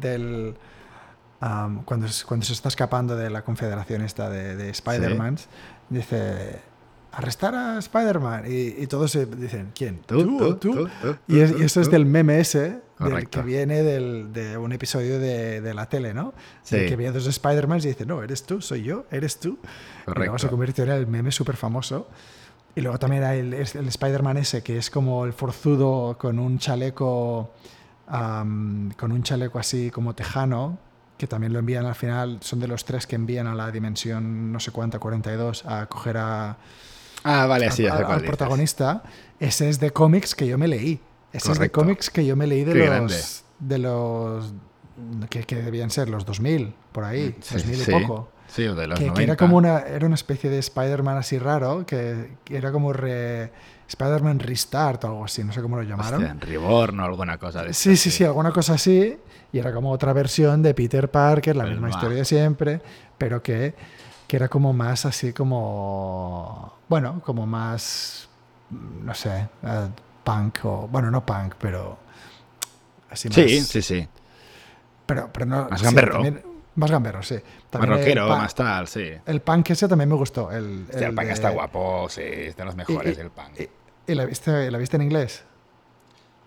cuando se está escapando de la confederación esta de Spider-Man, dice, arrestar a Spider-Man, y todos se dicen, ¿quién? ¿Tú? Y eso es del meme ese, que viene de un episodio de la tele, ¿no? Sí. Que había dos Spider-Man y dice, no, eres tú, soy yo, eres tú. Correcto. Y luego se convirtió en el meme súper famoso. Y luego también hay el Spider-Man ese, que es como el forzudo con un chaleco así como tejano, que también lo envían al final, son de los 3 que envían a la dimensión no sé cuánta, 42, a coger al protagonista. Ese es de cómics que yo me leí. Ese es de cómics que yo me leí de los que debían ser los 2000, por ahí, 2000 y poco. Sí, o de los 90. Que era como una especie de Spider-Man así raro, que era como Spider-Man Restart o algo así, no sé cómo lo llamaron. Hostia, Reborn o alguna cosa de eso. Sí, alguna cosa así. Y era como otra versión de Peter Parker, la misma historia de siempre, pero que era como más así como... Bueno, como más... No sé, punk o... Bueno, no punk, pero... Así más... Sí. Pero no... Más gamberro. Más gamberro, sí. También más rockero, más tal, sí. El punk ese también me gustó. El punk está guapo, sí, es de los mejores del punk. ¿Y la viste en inglés?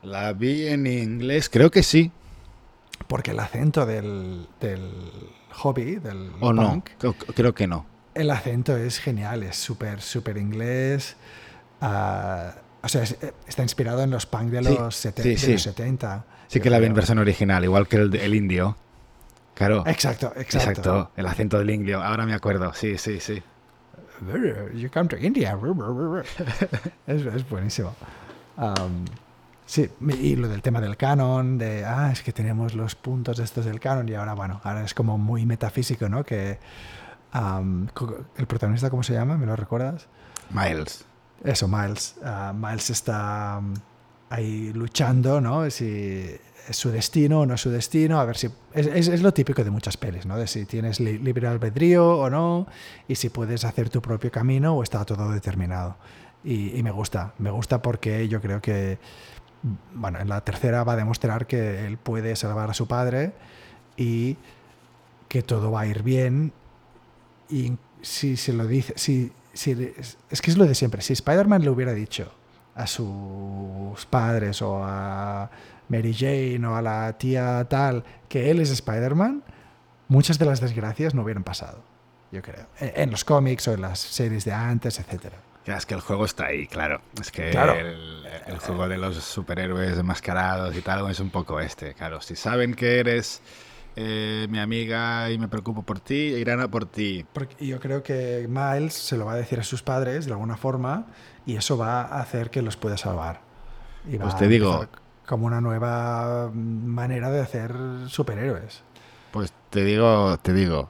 La vi en inglés, creo que sí. Porque el acento del hobby, del O no, punk, creo que no. el acento es genial, es súper, súper inglés. ah, o sea, está inspirado en los punk de Sí, los, sí, de los sí. 70, Sí yo que la vi en creo. versión original, igual que el indio. Claro, Exacto, exacto. exacto. El acento del indio. Ahora me acuerdo. Sí, sí, sí. You come to India. Es buenísimo. Am, sí, y lo del tema del canon, es que tenemos los puntos estos del canon y ahora, bueno, ahora es como muy metafísico, ¿no? Que el protagonista, ¿cómo se llama? ¿Me lo recuerdas? Miles. Eso, Miles. Miles está ahí luchando, ¿no? Si es su destino o no es su destino, a ver si... Es lo típico de muchas pelis, ¿no? De si tienes libre albedrío o no, y si puedes hacer tu propio camino o está todo determinado. Y me gusta porque yo creo que, bueno, en la tercera va a demostrar que él puede salvar a su padre y que todo va a ir bien. Y si se lo dice, es que es lo de siempre. Si Spider-Man le hubiera dicho a sus padres o a Mary Jane o a la tía tal que él es Spider-Man, muchas de las desgracias no hubieran pasado, yo creo. En los cómics o en las series de antes, etcétera. Ya, es que el juego está ahí, claro. Es que Claro. el juego de los superhéroes enmascarados y tal es un poco este. Claro, si saben que eres mi amiga y me preocupo por ti, irán a por ti. Porque yo creo que Miles se lo va a decir a sus padres de alguna forma y eso va a hacer que los pueda salvar. Y Pues va a empezar como una nueva manera de hacer superhéroes. te digo,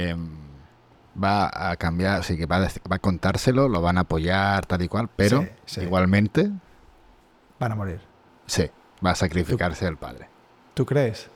va a cambiar, sí que va a contárselo, lo van a apoyar tal y cual, Sí, pero sí. igualmente, Van a morir. sí, va a ¿Tú, sacrificarse el padre. tú crees?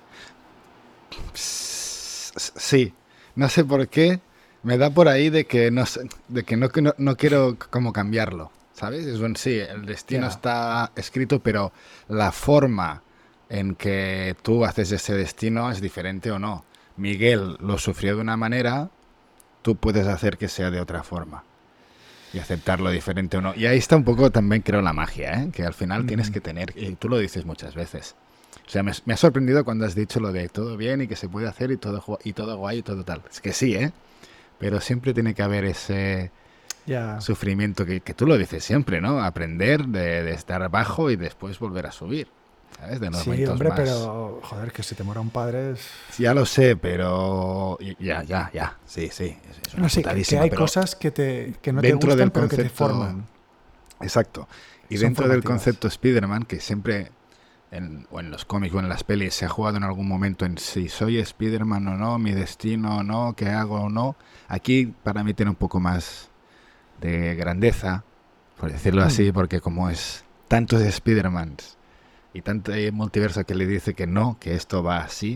Sí, no sé por qué, me da por ahí de que no quiero como cambiarlo, ¿sabes? Es un sí, el destino Ya. está escrito, pero la forma en que tú haces ese destino es diferente o no. Miguel lo sufrió de una manera, tú puedes hacer que sea de otra forma y aceptarlo diferente o no. Y ahí está un poco también creo la magia, ¿eh? Que al final tienes Ujú. que tener, y tú lo dices muchas veces. O sea, me ha sorprendido cuando has dicho lo de todo bien y que se puede hacer y todo guay y todo tal. Es que sí, ¿eh? Pero siempre tiene que haber ese Ya. sufrimiento que tú lo dices siempre, ¿no? Aprender de estar bajo y después volver a subir, ¿sabes? De los Sí, momentos hombre, más... pero joder, que si te muera un padre es... Ya lo sé, pero... Ya. Sí, sí. Es una No sé, que putadísima, hay pero cosas que no te dentro gustan, del pero que te concepto... forman. Exacto. Y Son dentro del formativas. concepto Spider-Man, que siempre, o en los cómics o en las pelis, se ha jugado en algún momento en si soy Spider-Man o no, mi destino o no, qué hago o no. Aquí para mí tiene un poco más de grandeza, por decirlo Hmm. así, porque como es tantos Spider-Mans y tanto hay multiverso que le dice que no, que esto va así,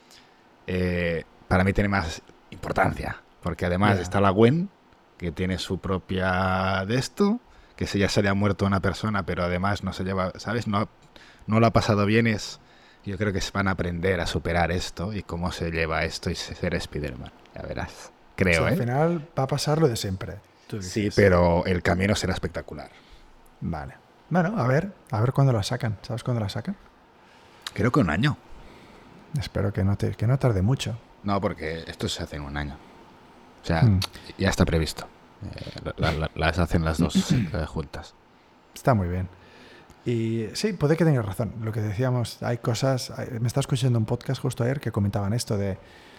para mí tiene más importancia. Porque además Ya. está la Gwen, que tiene su propia de esto, que si ya se le ha muerto una persona, pero además no se lleva, ¿sabes? No lo ha pasado bien, yo creo que se van a aprender a superar esto y cómo se lleva esto y ser Spider-Man. Ya verás. O sea, Creo, al ¿eh? final va a pasar lo de siempre, tú Sí, dices. pero el camino será espectacular. Vale. Bueno, a ver cuándo la sacan. ¿Sabes cuándo la sacan? Creo que un año. Espero que no tarde mucho. No, porque esto se hace en un año. O sea, Hmm. ya está previsto. Las hacen las dos juntas. Está muy bien. Y sí, puede que tengas razón. Lo que decíamos, hay cosas. Me estaba escuchando un podcast justo ayer que comentaban esto de,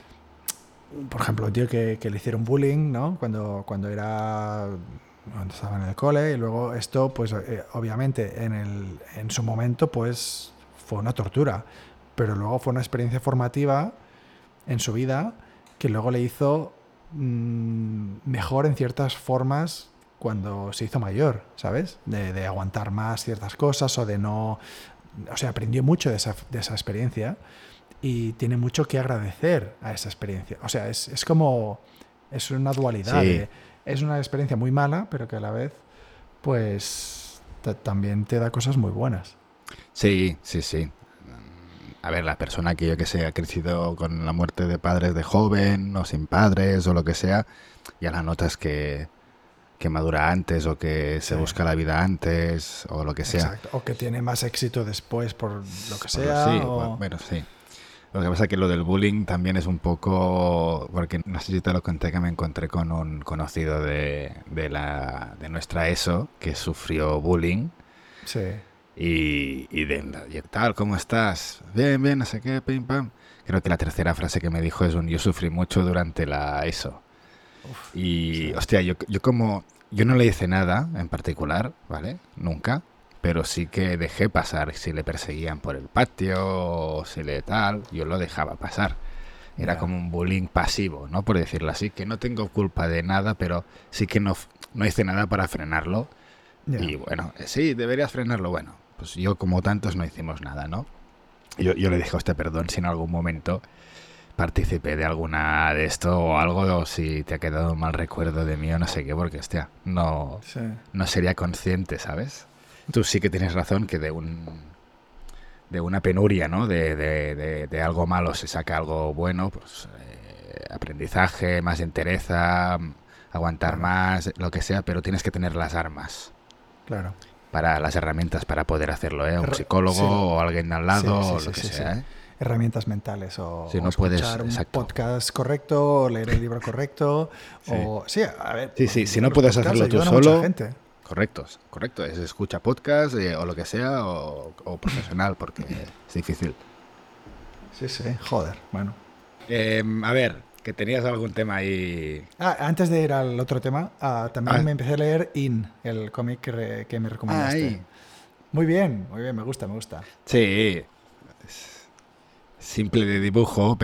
por ejemplo, un tío que le hicieron bullying, ¿no? Cuando estaba en el cole, y luego esto, pues obviamente en su momento, pues fue una tortura. Pero luego fue una experiencia formativa en su vida que luego le hizo mejor en ciertas formas cuando se hizo mayor, ¿sabes? De aguantar más ciertas cosas o de no... O sea, aprendió mucho de esa experiencia y tiene mucho que agradecer a esa experiencia. O sea, es como... Es una dualidad. Sí, Es una experiencia muy mala, pero que a la vez, pues, también te da cosas muy buenas. sí. A ver, la persona que yo que sé ha crecido con la muerte de padres de joven o sin padres o lo que sea, ya la notas que que madura antes o que se Sí. busca la vida antes o lo que sea. Exacto. O que tiene más éxito después por lo que Pues sea. sí, O... bueno, sí. Lo que pasa es que lo del bullying también es un poco, porque no sé si te lo conté, que me encontré con un conocido de nuestra ESO que sufrió bullying Sí. y tal, ¿cómo estás? Bien, bien, no sé qué, pim pam. Creo que la tercera frase que me dijo es un yo sufrí mucho durante la ESO. Uf, sí. Y, hostia, yo no le hice nada en particular, ¿vale? Nunca. Pero sí que dejé pasar si le perseguían por el patio o si le tal, yo lo dejaba pasar. Era Ya. como un bullying pasivo, ¿no? Por decirlo así, que no tengo culpa de nada, pero sí que no hice nada para frenarlo. Ya. Y bueno, sí, deberías frenarlo. Bueno, pues yo como tantos no hicimos nada, ¿no? Yo le dije, hostia, perdón si en algún momento participé de alguna de esto o algo, o si te ha quedado un mal recuerdo de mí o no sé qué, porque, hostia, Sí. no sería consciente, ¿sabes? Tú sí que tienes razón que de una penuria, ¿no? De algo malo se saca algo bueno, pues aprendizaje, más entereza, aguantar Claro. más, lo que sea, pero tienes que tener las armas Claro. para las herramientas para poder hacerlo, ¿eh? Un Sí. psicólogo o alguien al Sí, lado sí, o lo sí, que sí, sí. sea, ¿eh? Herramientas mentales Si o no puedes, escuchar un exacto. podcast correcto o leer el libro correcto Sí. o... Sí, a ver, Sí, hoy sí, en si día no los puedes podcasts hacerlo tú ayudan a mucha solo, gente. correcto, correcto, es escucha podcast o lo que sea o profesional, porque es difícil. Sí, sí, joder, bueno. A ver, que tenías algún tema ahí. Antes de ir al otro tema, también Ah, me empecé a leer el cómic que me recomendaste. ahí. Muy bien, me gusta, me gusta. Sí, simple de dibujo,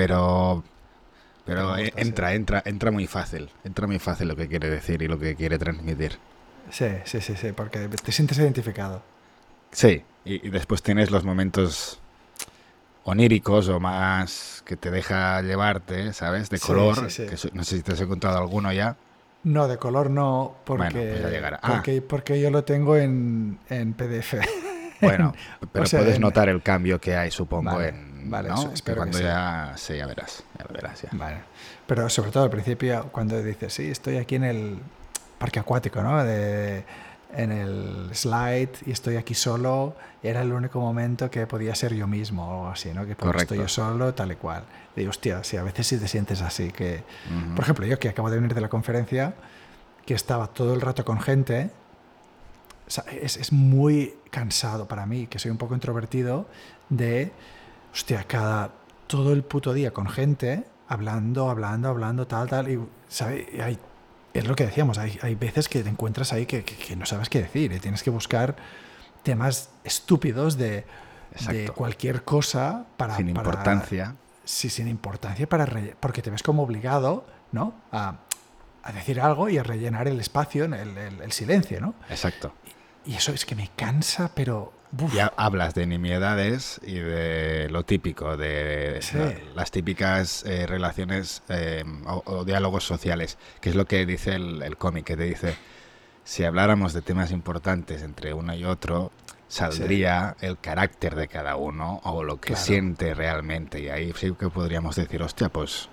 Pero pero me gusta, sí. entra muy fácil lo que quiere decir y lo que quiere transmitir. Sí, sí, sí, sí, porque te sientes identificado. Sí, y después tienes los momentos oníricos o más que te deja llevarte, ¿sabes? De Sí, sí, color, sí. no sé si te has encontrado alguno ya. No, de color no, Bueno, pues ya llegará. porque yo lo tengo en PDF. Bueno, O pero sea, puedes notar el cambio que hay, supongo, vale, en, vale, ¿no? Que espero que cuando sí. ya, sí, ya lo verás ya. Vale. Pero sobre todo al principio, cuando dices, sí, estoy aquí en el parque acuático, ¿no? En el slide y estoy aquí solo, era el único momento que podía ser yo mismo o algo así, ¿no? Que porque estoy Correcto. yo solo, tal y cual. Y digo, hostia, sí, a veces sí te sientes así, que... Ujú. Por ejemplo, yo que acabo de venir de la conferencia, que estaba todo el rato con gente, o sea, es muy cansado para mí, que soy un poco introvertido, de, hostia, todo el puto día con gente, hablando, tal, y, ¿sabes? Y es lo que decíamos, hay veces que te encuentras ahí que no sabes qué decir y tienes que buscar temas estúpidos de Exacto. cualquier cosa Sin importancia. sí, sin importancia, porque te ves como obligado, ¿no? A decir algo y a rellenar el espacio, el silencio, ¿no? Exacto. Y eso es que me cansa, pero... Uf, Ya hablas de nimiedades y de lo típico, de sí, las típicas relaciones o diálogos sociales, que es lo que dice el cómic, que te dice, si habláramos de temas importantes entre uno y otro, saldría el carácter de cada uno o lo que claro. siente realmente. Y ahí sí que podríamos decir, hostia, pues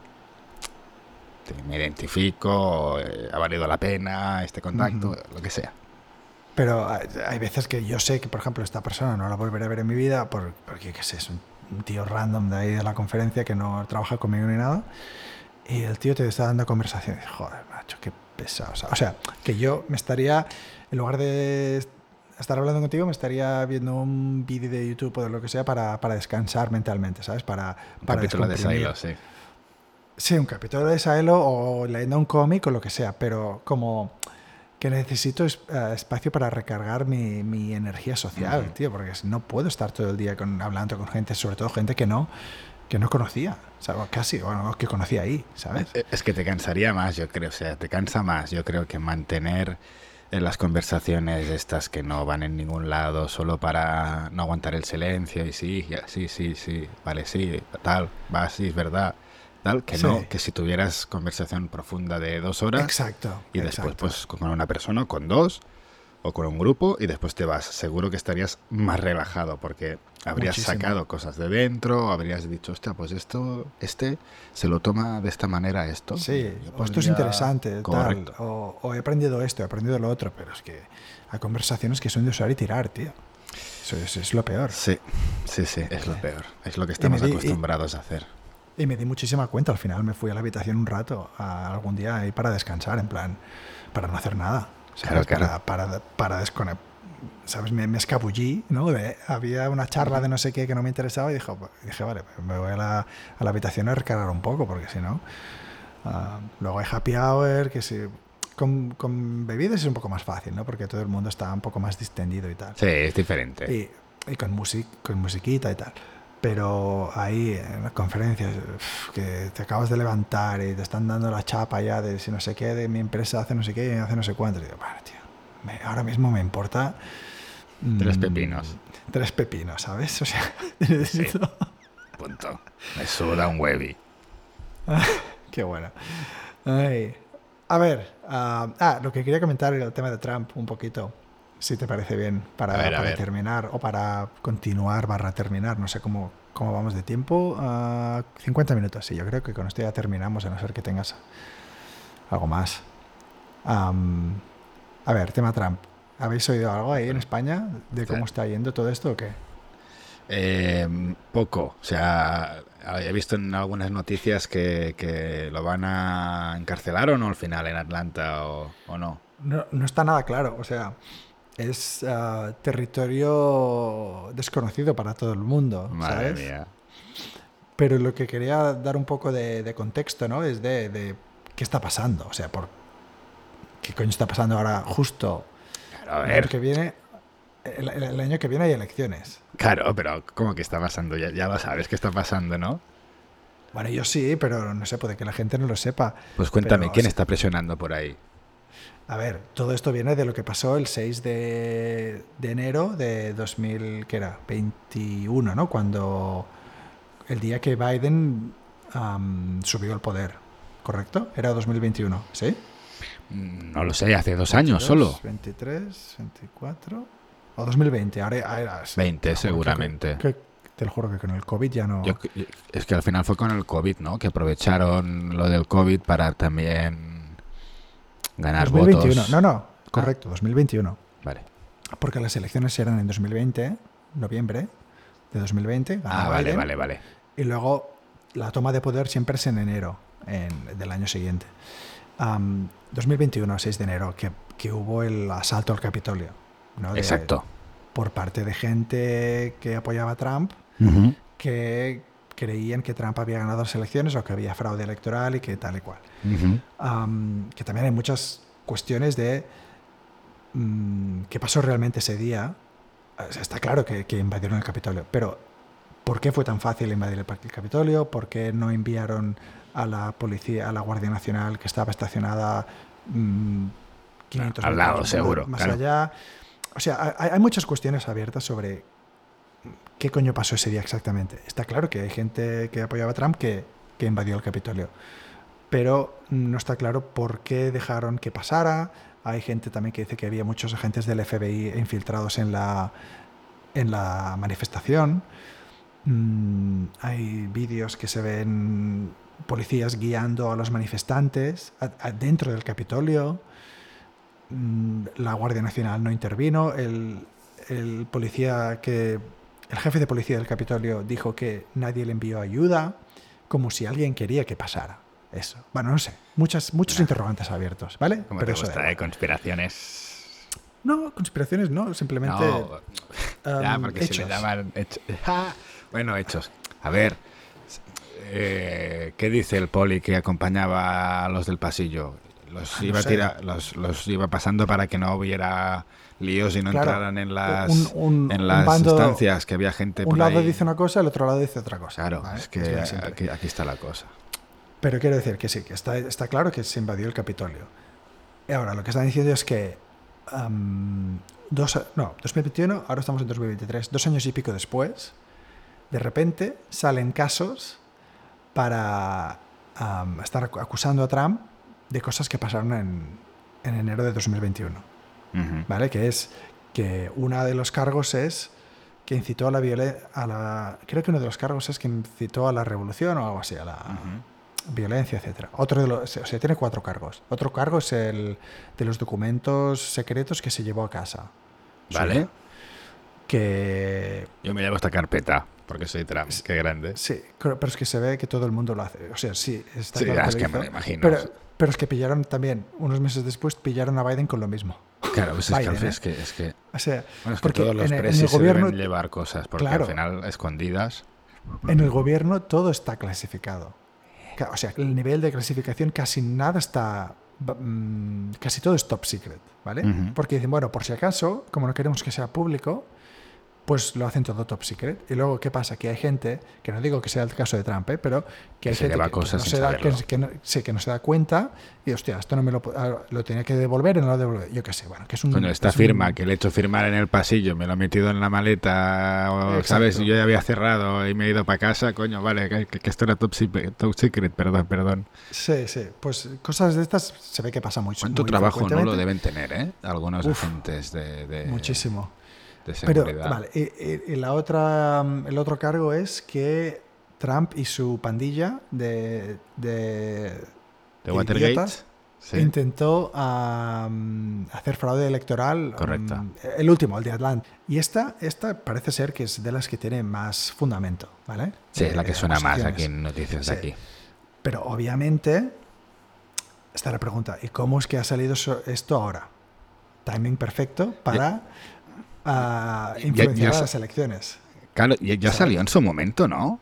me identifico, ha valido la pena este contacto, lo que sea. Pero hay veces que yo sé que, por ejemplo, esta persona no la volveré a ver en mi vida porque, qué sé, es un tío random de ahí de la conferencia que no trabaja conmigo ni nada. Y el tío te está dando conversación. Y dices, joder, macho, qué pesado. O sea, que yo me estaría, en lugar de estar hablando contigo, me estaría viendo un vídeo de YouTube o de lo que sea para descansar mentalmente, ¿sabes? Para Capítulo de descomprimir. Silo, sí. Sí, un capítulo de Silo o leyendo un cómic o lo que sea, pero como que necesito espacio para recargar mi energía social, tío, porque no puedo estar todo el día hablando con gente, sobre todo gente que no conocía, o sea, casi, bueno, que conocía ahí, ¿sabes? Es que te cansaría más, yo creo, o sea, te cansa más, yo creo, que mantener las conversaciones estas que no van en ningún lado solo para no aguantar el silencio y sí, vale, sí, tal, va, sí, es verdad, tal, que Sí, no, que si tuvieras conversación profunda de 2 horas exacto, y después exacto. pues con una persona, con dos, o con un grupo y después te vas. Seguro que estarías más relajado porque habrías Muchísimo. sacado cosas de dentro, habrías dicho, hostia, pues esto, se lo toma de esta manera esto. Sí, Yo o esto es podría... interesante, tal, Correcto. o he aprendido esto, he aprendido lo otro, pero es que hay conversaciones que son de usar y tirar, tío. Eso es lo peor. Sí, sí, sí, es lo peor. Es lo que Y me estamos di, acostumbrados a hacer. y me di muchísima cuenta, al final me fui a la habitación un rato, algún día ahí para descansar, en plan, para no hacer nada, Claro, ¿sabes? claro. Para desconectar. ¿Sabes? Me escabullí, ¿no? Había una charla de no sé qué que no me interesaba y dije, vale, me voy a la habitación a recargar un poco, porque si no... luego hay happy hour, que si... Con bebidas es un poco más fácil, ¿no? Porque todo el mundo está un poco más distendido y tal. Sí, es diferente. Y con musiquita y tal. Pero ahí en las conferencias que te acabas de levantar y te están dando la chapa ya de si no sé qué, de mi empresa hace no sé qué, hace no sé cuánto. Y digo, bueno, tío, ahora mismo me importa 3 pepinos. 3 pepinos, ¿sabes? O sea, Sí, necesito... punto. Me suda un huevi. Qué bueno. Ay. A ver, lo que quería comentar era el tema de Trump un poquito, si te parece bien, A ver, a para ver. terminar o para continuar barra terminar, no sé cómo vamos de tiempo. 50 minutos, sí, yo creo que con esto ya terminamos, a no ser que tengas algo más. Am, a ver, tema Trump. ¿Habéis oído algo ahí en España de cómo está yendo todo esto o qué? Poco. O sea, he visto en algunas noticias que lo van a encarcelar o no al final en Atlanta o no. No, no está nada claro, o sea, es territorio desconocido para todo el mundo, Madre ¿sabes? mía. Pero lo que quería dar un poco de contexto, ¿no? Es de qué está pasando, o sea, qué coño está pasando ahora justo Claro, a el año ver. que viene. El año que viene hay elecciones. Claro, pero ¿cómo que está pasando? Ya lo sabes que está pasando, ¿no? Bueno, yo sí, pero no sé, puede que la gente no lo sepa. Pues cuéntame, Pero, ¿quién está presionando por ahí? a ver, todo esto viene de lo que pasó el 6 de enero de 2000, ¿qué era? 21, ¿no? Cuando el día que Biden subió al poder, ¿correcto? Era 2021, ¿sí? No lo sé, hace 2 años 22, solo. 23, 24 o 2020, ahora 20 te lo juro seguramente. te lo juro que con el COVID ya no... Es que al final fue con el COVID, ¿no? Que aprovecharon lo del COVID para también ganar 2021, votos. no, Ah, correcto, 2021. vale. Porque las elecciones eran en 2020, noviembre de 2020, ganó Vale, Biden, vale, vale. y luego la toma de poder siempre es en enero del año siguiente. 2021, 6 de enero, que hubo el asalto al Capitolio, ¿no? Exacto. Por parte de gente que apoyaba a Trump, Ujú. que creían que Trump había ganado las elecciones o que había fraude electoral y que tal y cual. Ujú. Que también hay muchas cuestiones de qué pasó realmente ese día. O sea, está claro que invadieron el Capitolio, pero ¿por qué fue tan fácil invadir el Capitolio? ¿Por qué no enviaron a la policía, a la Guardia Nacional que estaba estacionada 500 Al lado, metros seguro. más Claro. allá? O sea, hay muchas cuestiones abiertas sobre qué coño pasó ese día exactamente. Está claro que hay gente que apoyaba a Trump que invadió el Capitolio, pero no está claro por qué dejaron que pasara. Hay gente también que dice que había muchos agentes del FBI infiltrados en la manifestación. Hay vídeos que se ven policías guiando a los manifestantes dentro del Capitolio. La Guardia Nacional no intervino. El jefe de policía del Capitolio dijo que nadie le envió ayuda, como si alguien quería que pasara eso. Bueno, no sé, muchos interrogantes abiertos, ¿vale? ¿Cómo Pero te eso da gusta, igual. Conspiraciones. No, conspiraciones no, simplemente No, ya, porque si le hechos. llaman bueno, hechos. A ver, ¿qué dice el poli que acompañaba a los del pasillo? Los No iba sé. los iba pasando para que no hubiera líos y no Claro, entraran en un las bando, estancias, que había gente un por lado ahí. dice una cosa, el otro lado dice otra cosa. Claro, ¿vale? es que lo de siempre. aquí está la cosa. Pero quiero decir que sí, que está claro que se invadió el Capitolio. Y ahora, lo que están diciendo es que 2021, ahora estamos en 2023, 2 años y pico después, de repente salen casos para estar acusando a Trump de cosas que pasaron en enero de 2021. Ujú. ¿vale? Que es que uno de los cargos es que incitó a la violencia, creo que uno de los cargos es que incitó a la revolución o algo así, a la violencia, etcétera. Otro de los, o sea, tiene 4 cargos. Otro cargo es el de los documentos secretos que se llevó a casa. Vale. Suyo, que Yo me llevo esta carpeta porque soy Trump. Qué grande. sí, pero es que se ve que todo el mundo lo hace. O sea, sí, está Sí, claro es que que lo me lo hizo, imagino. pero es que pillaron también, unos meses después, pillaron a Biden con lo mismo. Claro, pues es, Biden, que, ¿eh? es que O sea, bueno, es que porque todos los en el presis se gobierno, deben llevar cosas porque claro, al final escondidas. en el gobierno todo está clasificado. O sea, el nivel de clasificación casi nada está, casi todo es top secret, ¿vale? Ujú. Porque dicen, bueno, por si acaso, como no queremos que sea público, pues lo hacen todo top secret. Y luego, ¿qué pasa? Que hay gente, que no digo que sea el caso de Trump, pero que hay se gente lleva que cosas no sin se da, saberlo. que no se da cuenta y, hostia, esto no me lo tenía que devolver o no lo devolver. Yo qué sé, bueno, que es un... Coño, esta es firma que le he hecho firmar en el pasillo, me lo he metido en la maleta, o, Exacto. ¿sabes? Yo ya había cerrado y me he ido para casa, coño, vale, que esto era top secret, perdón. Sí, sí, pues cosas de estas se ve que pasa mucho. ¿Cuánto muy trabajo no lo frecuentemente. deben tener, algunos agentes de Muchísimo. Pero, seguridad? vale, y la otra, el otro cargo es que Trump y su pandilla de ¿De Watergate? idiotas Sí. intentó hacer fraude electoral. Correcto. El último, el de Atlanta. Y esta parece ser que es de las que tiene más fundamento, ¿vale? Sí, es la que suena más acusaciones. aquí en noticias de Sí. aquí. Pero obviamente está la pregunta, ¿y cómo es que ha salido esto ahora? Timing perfecto para influenciar a las elecciones. Claro, ya ¿Sabes? salió en su momento, ¿no?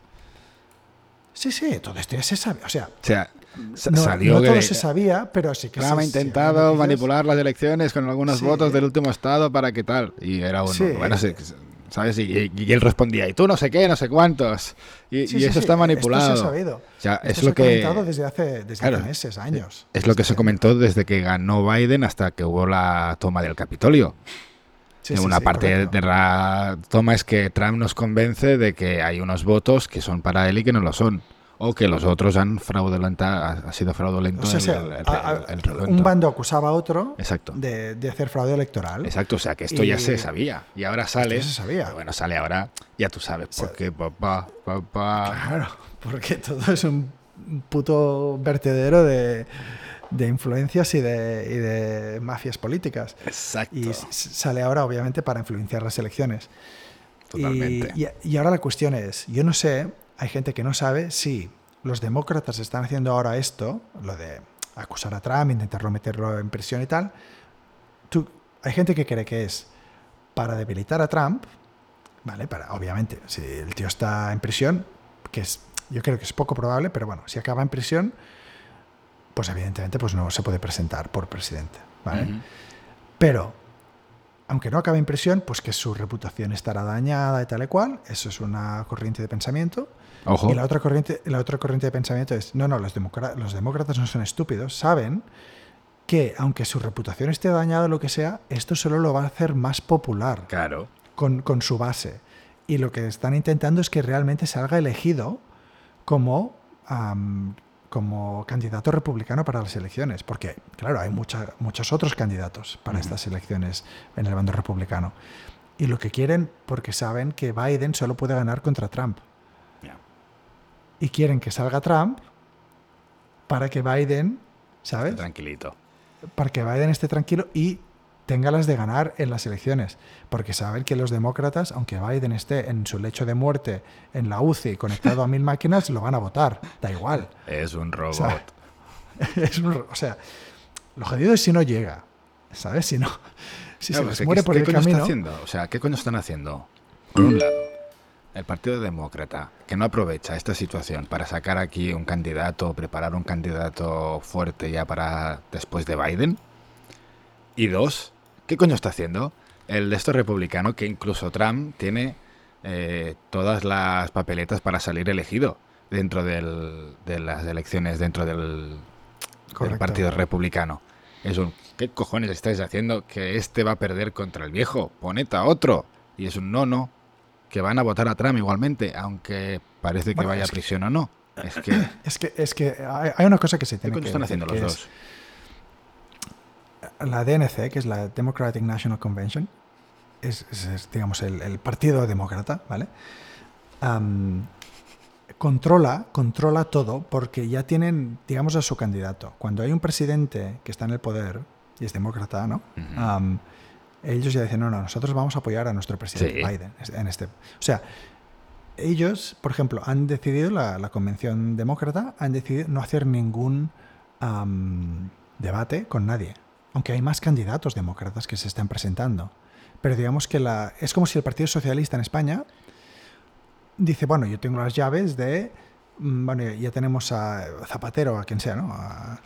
Sí, sí, todo esto ya se sabe. O sea, O sea, no, salió no todo que se sabía, pero sí que Trump ha sí, intentado hay noticias. manipular las elecciones con algunos Sí. votos del último estado para que tal. Y era uno. Sí. Bueno, ¿sabes? Y él respondía, y tú no sé qué, no sé cuántos. Y eso está manipulado. Esto se ha sabido. O sea, Esto es se lo ha que... comentado desde hace Claro, meses, años. Es lo que se comentó desde que ganó Biden hasta que hubo la toma del Capitolio. Sí, Una parte correcto. de la toma es que Trump nos convence de que hay unos votos que son para él y que no lo son. O que los otros han ha sido fraudulento O sea, el recuento. un bando acusaba a otro Exacto. de hacer fraude electoral. Exacto, o sea que esto ya se sabía. Y ahora sale. Esto se sabía. Pero bueno, sale ahora, ya tú sabes por qué, papá. Claro, porque todo es un puto vertedero de influencias y de mafias políticas. Exacto. Y sale ahora, obviamente, para influenciar las elecciones. Totalmente. Y ahora la cuestión es, yo no sé, hay gente que no sabe si los demócratas están haciendo ahora esto, lo de acusar a Trump, intentarlo meterlo en prisión y tal. Hay gente que cree que es para debilitar a Trump, ¿vale? Obviamente, si el tío está en prisión, yo creo que es poco probable, pero bueno, si acaba en prisión, pues evidentemente pues no se puede presentar por presidente, ¿vale? Uh-huh. Pero, aunque no acabe en prisión, pues que su reputación estará dañada y tal y cual, eso es una corriente de pensamiento. Ojo. Y la otra corriente de pensamiento es, no, los demócratas no son estúpidos, saben que aunque su reputación esté dañada o lo que sea, esto solo lo va a hacer más popular. Claro. Con su base. Y lo que están intentando es que realmente salga elegido como candidato republicano para las elecciones. Porque, claro, hay muchos otros candidatos para estas elecciones en el bando republicano. Y lo que quieren, porque saben que Biden solo puede ganar contra Trump. Yeah. Y quieren que salga Trump para que Biden, ¿sabes? Tranquilito. Para que Biden esté tranquilo y tenga las de ganar en las elecciones, porque saben que los demócratas, aunque Biden esté en su lecho de muerte en la UCI conectado a 1000 máquinas, lo van a votar, da igual. Es un robot. O sea, lo jodido es si no llega, ¿sabes? Si no, si claro, se les muere por el camino. Está haciendo? O sea, ¿qué coño están haciendo? Por un lado, el Partido Demócrata, que no aprovecha esta situación para sacar aquí un candidato, preparar un candidato fuerte ya para después de Biden. Y dos, ¿qué coño está haciendo? El de estos republicanos, que incluso Trump tiene todas las papeletas para salir elegido dentro de las elecciones, dentro del Partido Republicano. ¿Qué cojones estáis haciendo? Que este va a perder contra el viejo. Poned a otro. Y es un no, que van a votar a Trump igualmente, aunque parece que vaya a prisión o no. Es que hay una cosa que se tiene que... ¿Qué coño están haciendo los dos? la DNC, que es la Democratic National Convention, digamos, el Partido Demócrata, ¿vale? Controla todo porque ya tienen, digamos, a su candidato. Cuando hay un presidente que está en el poder y es demócrata, ¿no? Uh-huh. Ellos ya dicen, no, nosotros vamos a apoyar a nuestro presidente Biden. O sea, ellos, por ejemplo, han decidido, la convención demócrata, han decidido no hacer ningún debate con nadie. Aunque hay más candidatos demócratas que se están presentando. Pero digamos que es como si el Partido Socialista en España dice, bueno, yo tengo las llaves de... Bueno, ya tenemos a Zapatero, a quien sea, ¿no?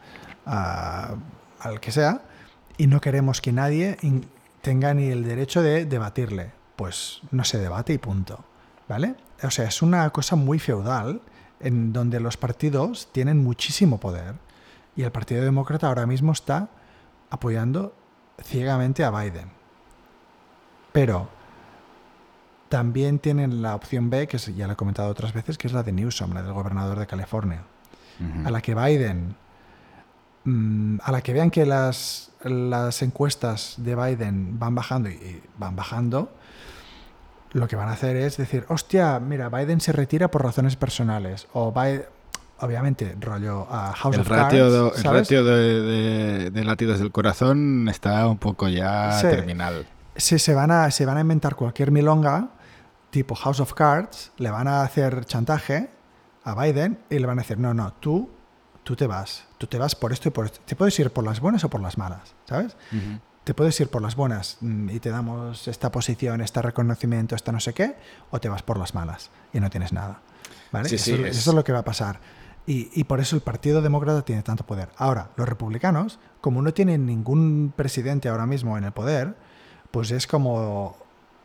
Al que sea, y no queremos que nadie tenga ni el derecho de debatirle. Pues no se debate y punto, ¿vale? O sea, es una cosa muy feudal en donde los partidos tienen muchísimo poder y el Partido Demócrata ahora mismo está apoyando ciegamente a Biden. Pero también tienen la opción B, que ya la he comentado otras veces, que es la de Newsom, la del gobernador de California, Uh-huh. a la que Biden, a la que vean que las encuestas de Biden van bajando y van bajando, lo que van a hacer es decir, hostia, mira, Biden se retira por razones personales, o Biden, obviamente, rollo a House of Cards, El ratio de latidos del corazón está un poco ya terminal. Se van a inventar cualquier milonga, tipo House of Cards, le van a hacer chantaje a Biden y le van a decir, no, tú te vas por esto y por esto. Te puedes ir por las buenas o por las malas, ¿sabes? Uh-huh. Te puedes ir por las buenas y te damos esta posición, este reconocimiento, esta no sé qué, o te vas por las malas y no tienes nada, ¿vale? Sí, eso es lo que va a pasar. Y por eso el Partido Demócrata tiene tanto poder. Ahora, los republicanos, como no tienen ningún presidente ahora mismo en el poder, pues es como...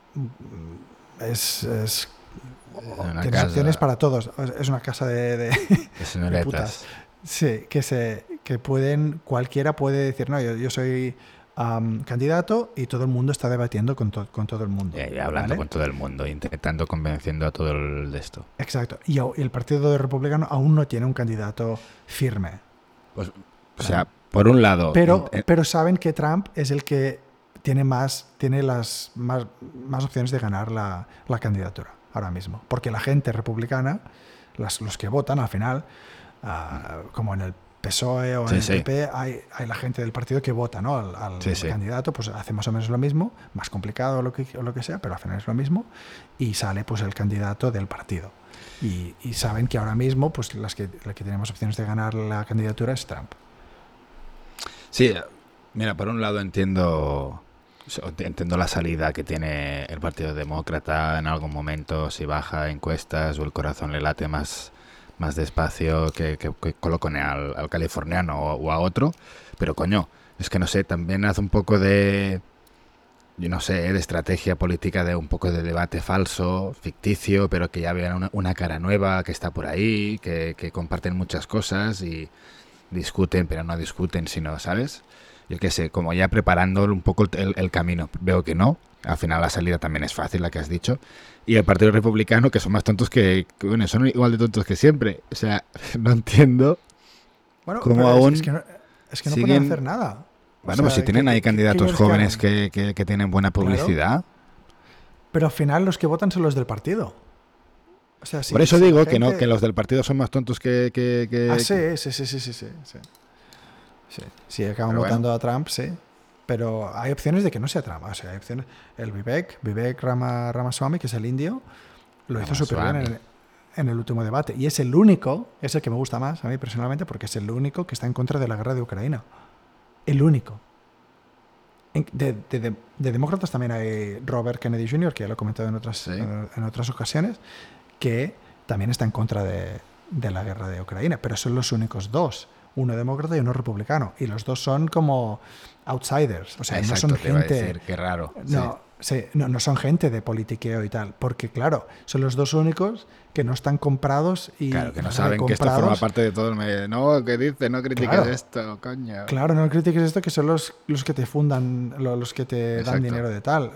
tienes opciones para todos. Es una casa de putas. Sí, que pueden... Cualquiera puede decir, no, yo soy candidato y todo el mundo está debatiendo con todo el mundo. Y hablando, ¿vale? Con todo el mundo, intentando, convenciendo a todo el de esto. Exacto. Y el Partido Republicano aún no tiene un candidato firme. Pues, o sea, por un lado... Pero saben que Trump es el que tiene más opciones de ganar la candidatura ahora mismo. Porque la gente republicana, los que votan al final, como en el PSOE o en el PP, hay la gente del partido que vota, ¿no? al candidato, pues hace más o menos lo mismo, más complicado o lo que sea, pero al final es lo mismo, y sale pues el candidato del partido. Y saben que ahora mismo pues la que tiene más opciones de ganar la candidatura es Trump. Sí, mira, por un lado entiendo la salida que tiene el Partido Demócrata en algún momento, si baja encuestas o el corazón le late más despacio que coloquen al californiano o a otro, pero coño, es que no sé, también hace un poco de, yo no sé, de estrategia política, de un poco de debate falso, ficticio, pero que ya vean una cara nueva que está por ahí, que comparten muchas cosas y discuten, pero no discuten, sino, ¿sabes? Yo qué sé, como ya preparando un poco el camino. Veo que no. Al final la salida también es fácil, la que has dicho. Y el Partido Republicano, que son más tontos bueno, son igual de tontos que siempre. O sea, no entiendo cómo aún... Es que no pueden hacer nada. Bueno, pues si tienen ahí candidatos jóvenes que tienen buena publicidad. Claro. Pero al final los que votan son los del partido. O sea, por eso digo que no, que los del partido son más tontos que... Sí, acaban votando a Trump, sí. Pero hay opciones de que no sea Trump. O sea, hay opciones. El Vivek Ramaswamy, que es el indio, lo hizo súper bien en el último debate. Y es el único, es el que me gusta más a mí personalmente, porque es el único que está en contra de la guerra de Ucrania. El único. De demócratas también hay Robert Kennedy Jr., que ya lo he comentado en otras ocasiones, que también está en contra de la guerra de Ucrania. Pero son los únicos dos. Uno demócrata y uno republicano. Y los dos son como outsiders. O sea, exacto, no son gente... Decir, qué raro. No son gente de politiqueo y tal. Porque, claro, son los dos únicos que no están comprados y claro, que no saben que esto forma parte de todo el medio. No, ¿qué dices? No critiques esto, coño. Claro, no critiques esto, que son los que te fundan, los que te dan dinero de tal.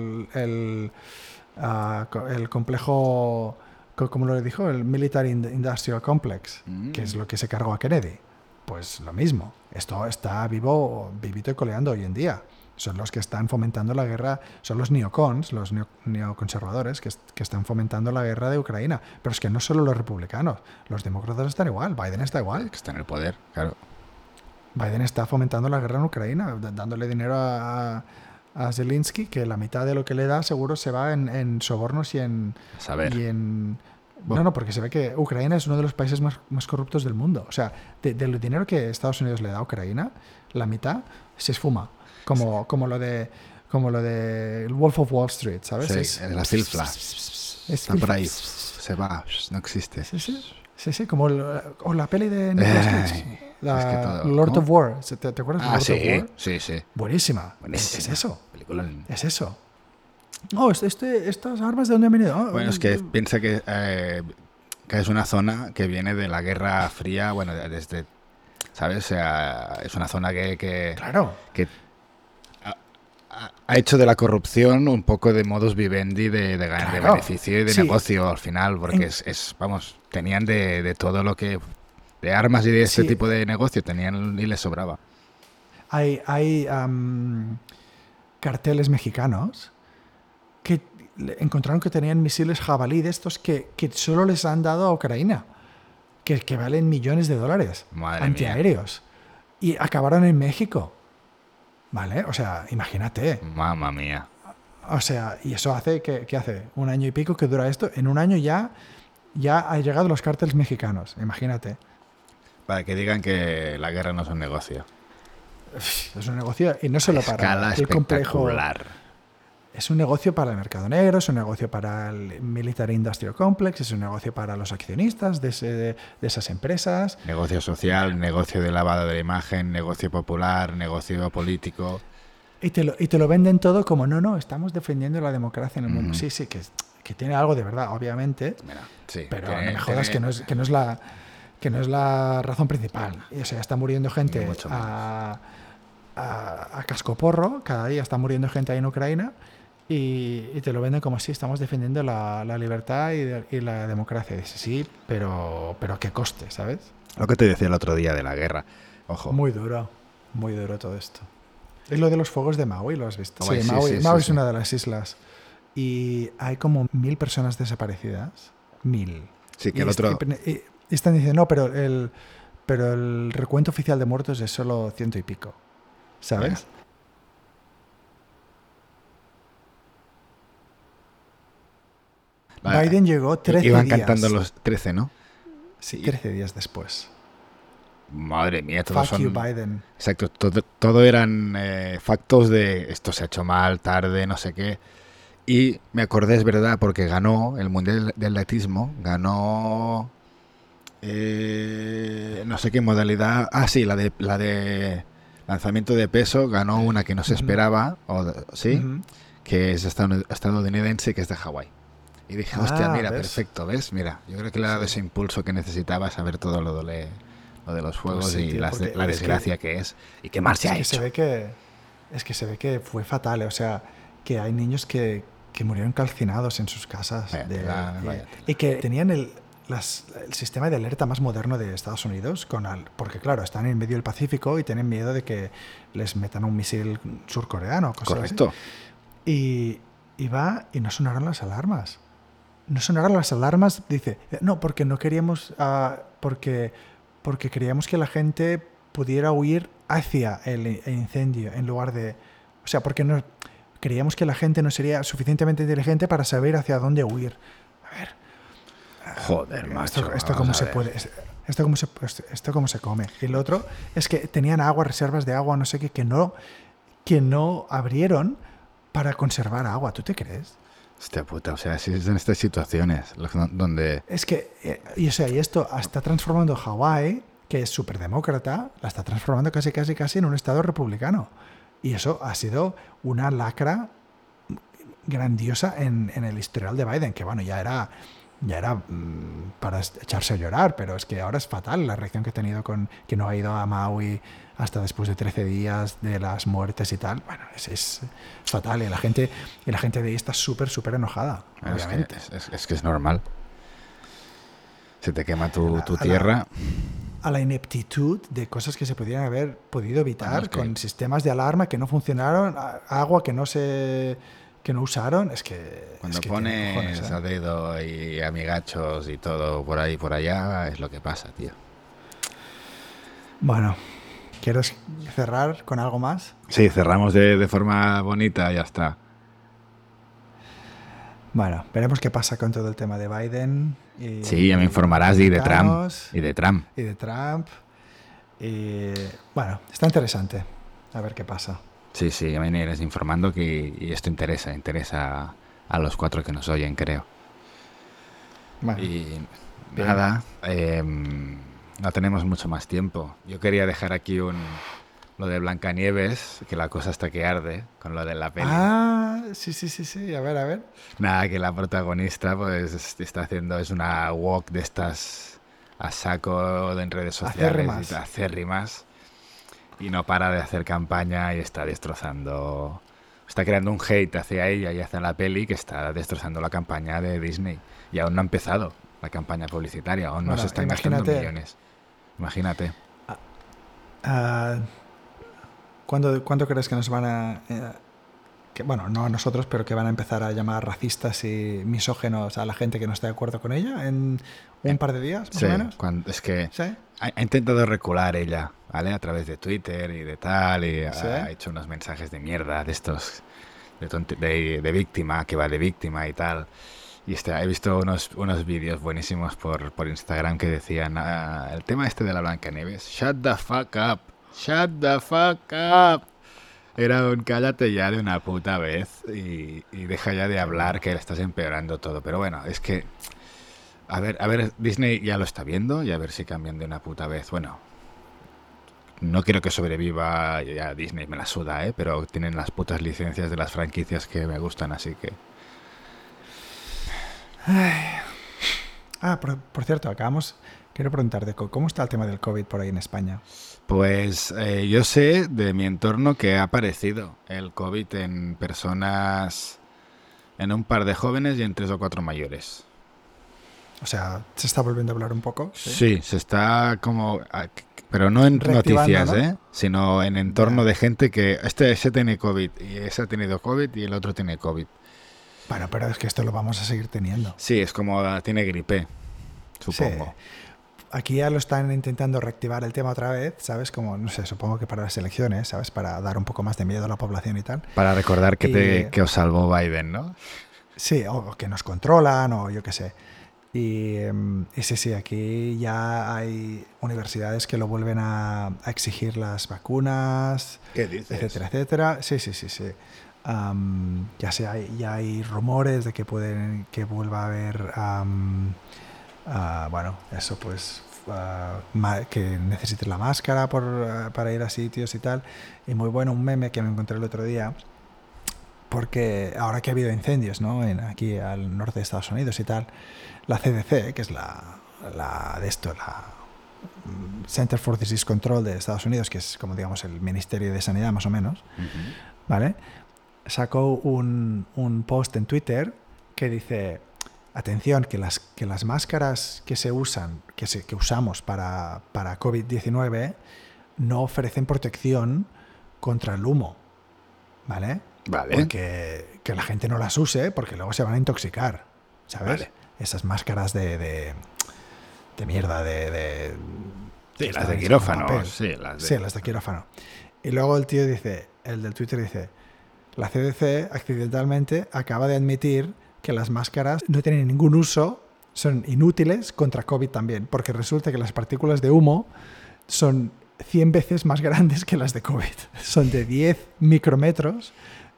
El complejo... ¿Cómo lo dijo? El Military Industrial Complex, que es lo que se cargó a Kennedy. pues lo mismo. Esto está vivito y coleando hoy en día. Son los que están fomentando la guerra, son los neocons, los neoconservadores que están fomentando la guerra de Ucrania. Pero es que no solo los republicanos, los demócratas están igual, Biden está igual. Que está en el poder, claro. Biden está fomentando la guerra en Ucrania, dándole dinero a Zelensky, que la mitad de lo que le da seguro se va en sobornos y en... Saber. No, porque se ve que Ucrania es uno de los países más corruptos del mundo. O sea, del dinero que Estados Unidos le da a Ucrania, la mitad se esfuma. Como lo de el Wolf of Wall Street, ¿sabes? Sí, la filfla. Está por ahí. Se va, no existe. Sí, como la peli de Nicolas Cage. Lord of War. ¿Te acuerdas de Lord of War? Sí. Buenísima. Es eso. Peliculón. Es eso. ¿Estas armas de dónde han venido? Bueno, es que piensa que es una zona que viene de la Guerra Fría, bueno, desde, ¿sabes? O sea, es una zona que claro. Que ha hecho de la corrupción un poco de modus vivendi de beneficio y de negocio al final, porque vamos, tenían de todo lo que... De armas y de este tipo de negocio tenían y les sobraba. Hay carteles mexicanos que encontraron que tenían misiles jabalí de estos que solo les han dado a Ucrania, que valen millones de dólares. Madre antiaéreos. Mía. Y acabaron en México. ¿Vale? O sea, imagínate. Mamma mía. O sea, y eso hace, ¿qué hace? 1 año y pico que dura esto. En 1 año ya han llegado los cárteles mexicanos. Imagínate. Para que digan que la guerra no es un negocio. Es un negocio, y no solo para el complejo. Es un negocio para el mercado negro, es un negocio para el Military Industrial Complex, es un negocio para los accionistas de esas empresas. Negocio social, negocio de lavado de la imagen, negocio popular, negocio político. Y te lo venden todo como, no, estamos defendiendo la democracia en el mundo. Sí, que tiene algo de verdad, obviamente. Mira, sí, pero no me jodas que no es la razón principal. O sea, está muriendo gente a cascoporro, cada día está muriendo gente ahí en Ucrania. Y te lo venden como si estamos defendiendo la libertad y la democracia. Y dices, sí, pero ¿a qué coste, sabes? Lo que te decía el otro día de la guerra. Ojo. Muy duro todo esto. Es lo de los fuegos de Maui, ¿lo has visto? Sí, Maui es una de las islas. Y hay como 1.000 personas desaparecidas. 1.000. Sí, que el otro... Y están diciendo, no, pero el recuento oficial de muertos es solo 100 y pico. ¿Sabes? Biden llegó 13 días. Iban cantando los 13, ¿no? Sí, 13 días después. Madre mía, todos Fuck you, Biden. Exacto, todo eran factos de esto se ha hecho mal, tarde, no sé qué. Y me acordé, es verdad, porque ganó el Mundial de Atletismo, ganó no sé qué modalidad. Ah, sí, la de lanzamiento de peso, ganó una que no se esperaba, ¿sí? Que es estadounidense, que es de Hawái. Y dije, hostia, mira, ¿ves? Perfecto, ¿ves? Mira, yo creo que le ha dado ese impulso que necesitaba, saber todo lo de los fuegos, pues sí, y tío, la desgracia que es y qué mal se ha hecho. Es que se ve que fue fatal, o sea, que hay niños que murieron calcinados en sus casas. Y que tenían el sistema de alerta más moderno de Estados Unidos, porque claro, están en medio del Pacífico y tienen miedo de que les metan un misil surcoreano. Correcto. Así. Y no sonaron las alarmas. No sonaron las alarmas, dice, no, porque no queríamos, porque queríamos que la gente pudiera huir hacia el incendio en lugar de... O sea, porque no creíamos que la gente no sería suficientemente inteligente para saber hacia dónde huir. A ver. Joder, macho. Esto cómo se puede... Esto cómo se come. Y lo otro es que tenían agua, reservas de agua, no sé qué, que no abrieron para conservar agua. ¿Tú te crees? Hostia puta, o sea, si es en estas situaciones donde... Es que, y esto está transformando Hawái, que es súper demócrata, la está transformando casi en un estado republicano. Y eso ha sido una lacra grandiosa en el historial de Biden, que bueno, ya era para echarse a llorar, pero es que ahora es fatal la reacción que ha tenido que no ha ido a Maui hasta después de 13 días de las muertes y tal. Bueno, es fatal, y la gente de ahí está súper enojada, obviamente. Es que es normal. Se te quema tu tierra. a la ineptitud de cosas que se podrían haber podido evitar, Bueno, es que- con sistemas de alarma que no funcionaron, agua que no usaron. Es que Cuando tiene pones cojones, a dedo y amigachos y todo por ahí por allá, es lo que pasa, tío. Bueno, ¿quieres cerrar con algo más? Sí, cerramos de forma bonita, ya está. Bueno, veremos qué pasa con todo el tema de Biden. Sí, ya me informarás y de Trump. americanos, Y de Trump. y de Trump. Y bueno, está interesante. A ver qué pasa. Sí, sí, ya me irás informando que y esto interesa a los 4 que nos oyen, creo. Bueno, Y bien. nada, no tenemos mucho más tiempo. Yo quería dejar aquí lo de Blancanieves, que la cosa está que arde con lo de la peli. Ah, sí. A ver. Nada, que la protagonista pues está haciendo, es una walk de estas a saco en redes sociales, acérrimas, y no para de hacer campaña y está destrozando, está creando un hate hacia ella y hacia la peli que está destrozando la campaña de Disney. Y aún no ha empezado la campaña publicitaria, aún no Bueno, se están gastando imagínate. millones. Imagínate. Ah, ¿cuándo crees que nos van a... bueno, no a nosotros, pero que van a empezar a llamar racistas y misógenos a la gente que no está de acuerdo con ella? ¿En un par de días, más Sí, o menos? es que ¿Sí? ha intentado recular ella, ¿vale? A través de Twitter y de tal, y ¿Sí? ha hecho unos mensajes de mierda de estos, de víctima, que va de víctima y tal. Y he visto unos vídeos buenísimos por Instagram que decían, el tema este de la Blancanieves, shut the fuck up, shut the fuck up. Era un cállate ya de una puta vez y deja ya de hablar que le estás empeorando todo. Pero bueno, es que, a ver, Disney ya lo está viendo y a ver si cambian de una puta vez. Bueno, no quiero que sobreviva, ya Disney me la suda, pero tienen las putas licencias de las franquicias que me gustan, así que... Por cierto, quiero preguntarte, ¿cómo está el tema del COVID por ahí en España? Pues yo sé de mi entorno que ha aparecido el COVID en personas, en un par de jóvenes y en 3 o 4 mayores. O sea, ¿se está volviendo a hablar un poco? Sí, se está como... Pero no en Reactivando, noticias, ¿no? sino en entorno Ya. de gente que ese tiene COVID y ese ha tenido COVID y el otro tiene COVID. Bueno, pero es que esto lo vamos a seguir teniendo. Sí, es como tiene gripe, supongo. Sí. Aquí ya lo están intentando reactivar el tema otra vez, ¿sabes? Como, no sé, supongo que para las elecciones, ¿sabes? Para dar un poco más de miedo a la población y tal. Para recordar que Y- os salvó Biden, ¿no? Sí, o que nos controlan o yo qué sé. Y sí, aquí ya hay universidades que lo vuelven a exigir las vacunas, ¿Qué dices? etcétera, etcétera. Sí. Ya hay rumores de que que vuelva a haber, bueno, eso pues, que necesites la máscara para ir a sitios y tal. Y muy bueno, un meme que me encontré el otro día, porque ahora que ha habido incendios, ¿no? Aquí al norte de Estados Unidos y tal, la CDC, que es la Center for Disease Control de Estados Unidos, que es como digamos el Ministerio de Sanidad más o menos, ¿vale? Sacó un post en Twitter que dice, atención, que las máscaras que se usan, que usamos para COVID-19 no ofrecen protección contra el humo, ¿vale? Vale. Porque que la gente no las use porque luego se van a intoxicar, ¿sabes? Vale. Esas máscaras de mierda, Sí, que las están de hechas con quirófano. papel. Sí, las de... Sí, las de quirófano. Y luego el tío dice, el del Twitter dice, la CDC accidentalmente acaba de admitir que las máscaras no tienen ningún uso, son inútiles contra COVID también, porque resulta que las partículas de humo son 100 veces más grandes que las de COVID. Son de 10 micrómetros,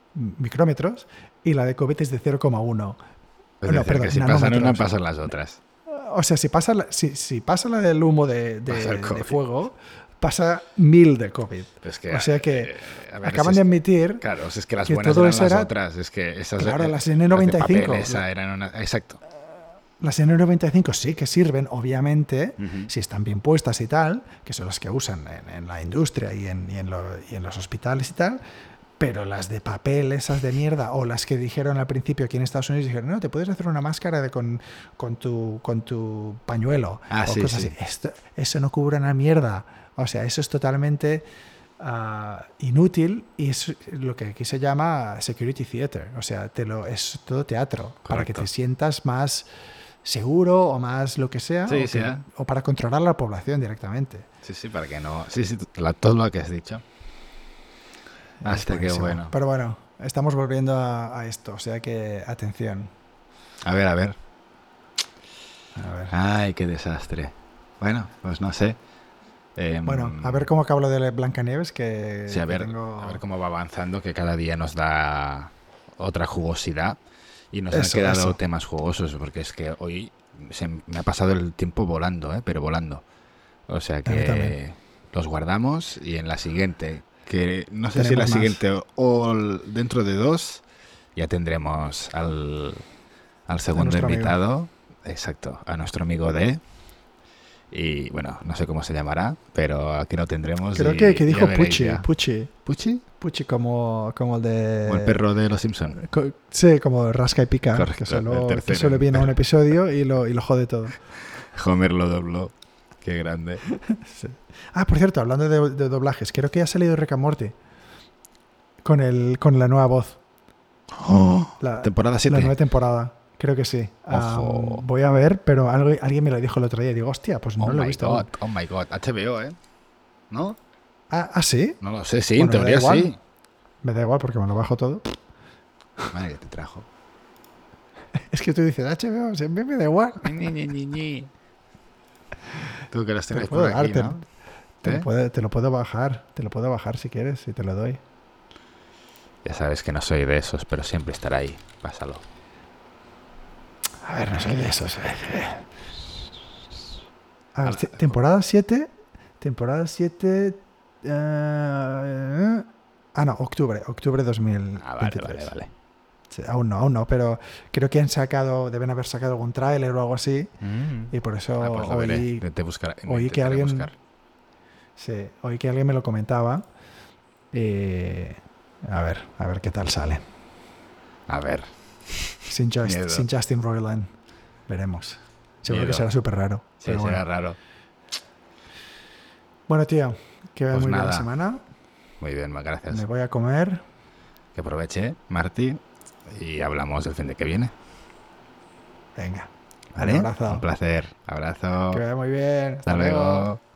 y la de COVID es de 0,1. Es decir, perdón, que si pasan una, nanómetros. pasan las otras. O sea, si pasa la del humo de Pasa el COVID. fuego, pasa 1000 de COVID. Es que, O sea que a ver, acaban de admitir Claro, es que las que buenas todo eran eso las era- otras. Es que esas Claro, las de N95. papel, esa eran una... Exacto. Las N95 sí que sirven, obviamente, Ujú. si están bien puestas y tal, que son las que usan en la industria y en los hospitales y tal, Pero las de papel, esas de mierda, o las que dijeron al principio aquí en Estados Unidos, dijeron, no, te puedes hacer una máscara con tu pañuelo, Ah, o sí, cosas sí. así. Eso no cubre una mierda. O sea, eso es totalmente inútil y es lo que aquí se llama security theater. O sea, es todo teatro, para que Correcto. te sientas más seguro o más lo que sea, Sí, o, sí, o para controlar la población directamente. Sí, para que no... Sí, todo lo que has dicho. Hasta que Buenísimo. bueno. Pero bueno, estamos volviendo a esto, o sea que atención. A ver. A ver. Ay, qué desastre. Bueno, pues no sé. Bueno, a ver cómo acabo lo de Blancanieves, que, Sí, a ver cómo va avanzando, que cada día nos da otra jugosidad y nos han quedado temas jugosos, porque es que hoy me ha pasado el tiempo volando, pero volando. O sea que los guardamos y en la siguiente, que no sé si la siguiente o dentro de 2, ya tendremos al segundo invitado. Amigo. Exacto, a nuestro amigo D. Y bueno, no sé cómo se llamará, pero aquí lo tendremos. Creo que dijo Pucci. Pucci como el de... Como el perro de los Simpsons. Sí, como rasca y pica. Correcto, que solo viene a un episodio y lo jode todo. Homer lo dobló. Qué grande. Sí. Ah, por cierto, hablando de doblajes, creo que ha salido Rick and Morty con la nueva voz. Temporada 7. La nueva temporada. Creo que sí. Voy a ver, pero alguien me lo dijo el otro día y digo, hostia, pues no lo he visto. Oh my God, HBO, ¿no? ¿Ah, sí? No lo sé, sí, bueno, en teoría sí. Me da igual porque me lo bajo todo. Madre que te trajo. Es que tú dices HBO, siempre me da igual. Tú que los tienes por aquí, ¿no? Te lo puedo bajar si quieres, si te lo doy. Ya sabes que no soy de esos, pero siempre estará ahí. Pásalo. A ver, no soy de esos. A ver, temporada 7. Temporada 7. No, octubre 2023. Vale. Sí, aún no, pero creo que deben haber sacado algún tráiler o algo así. Y por eso pues oí que alguien. Sí, oí que alguien me lo comentaba. A ver qué tal sale. A ver. Sin Justin Roiland. Veremos. Seguro que será súper raro. Sí, será raro. Bueno, tío, que vaya muy bien la semana. Muy bien, gracias. Me voy a comer. Que aproveche, Martí, y hablamos el fin de que viene. Venga. ¿Vale? Un placer. Abrazo. Que vaya muy bien. Hasta luego.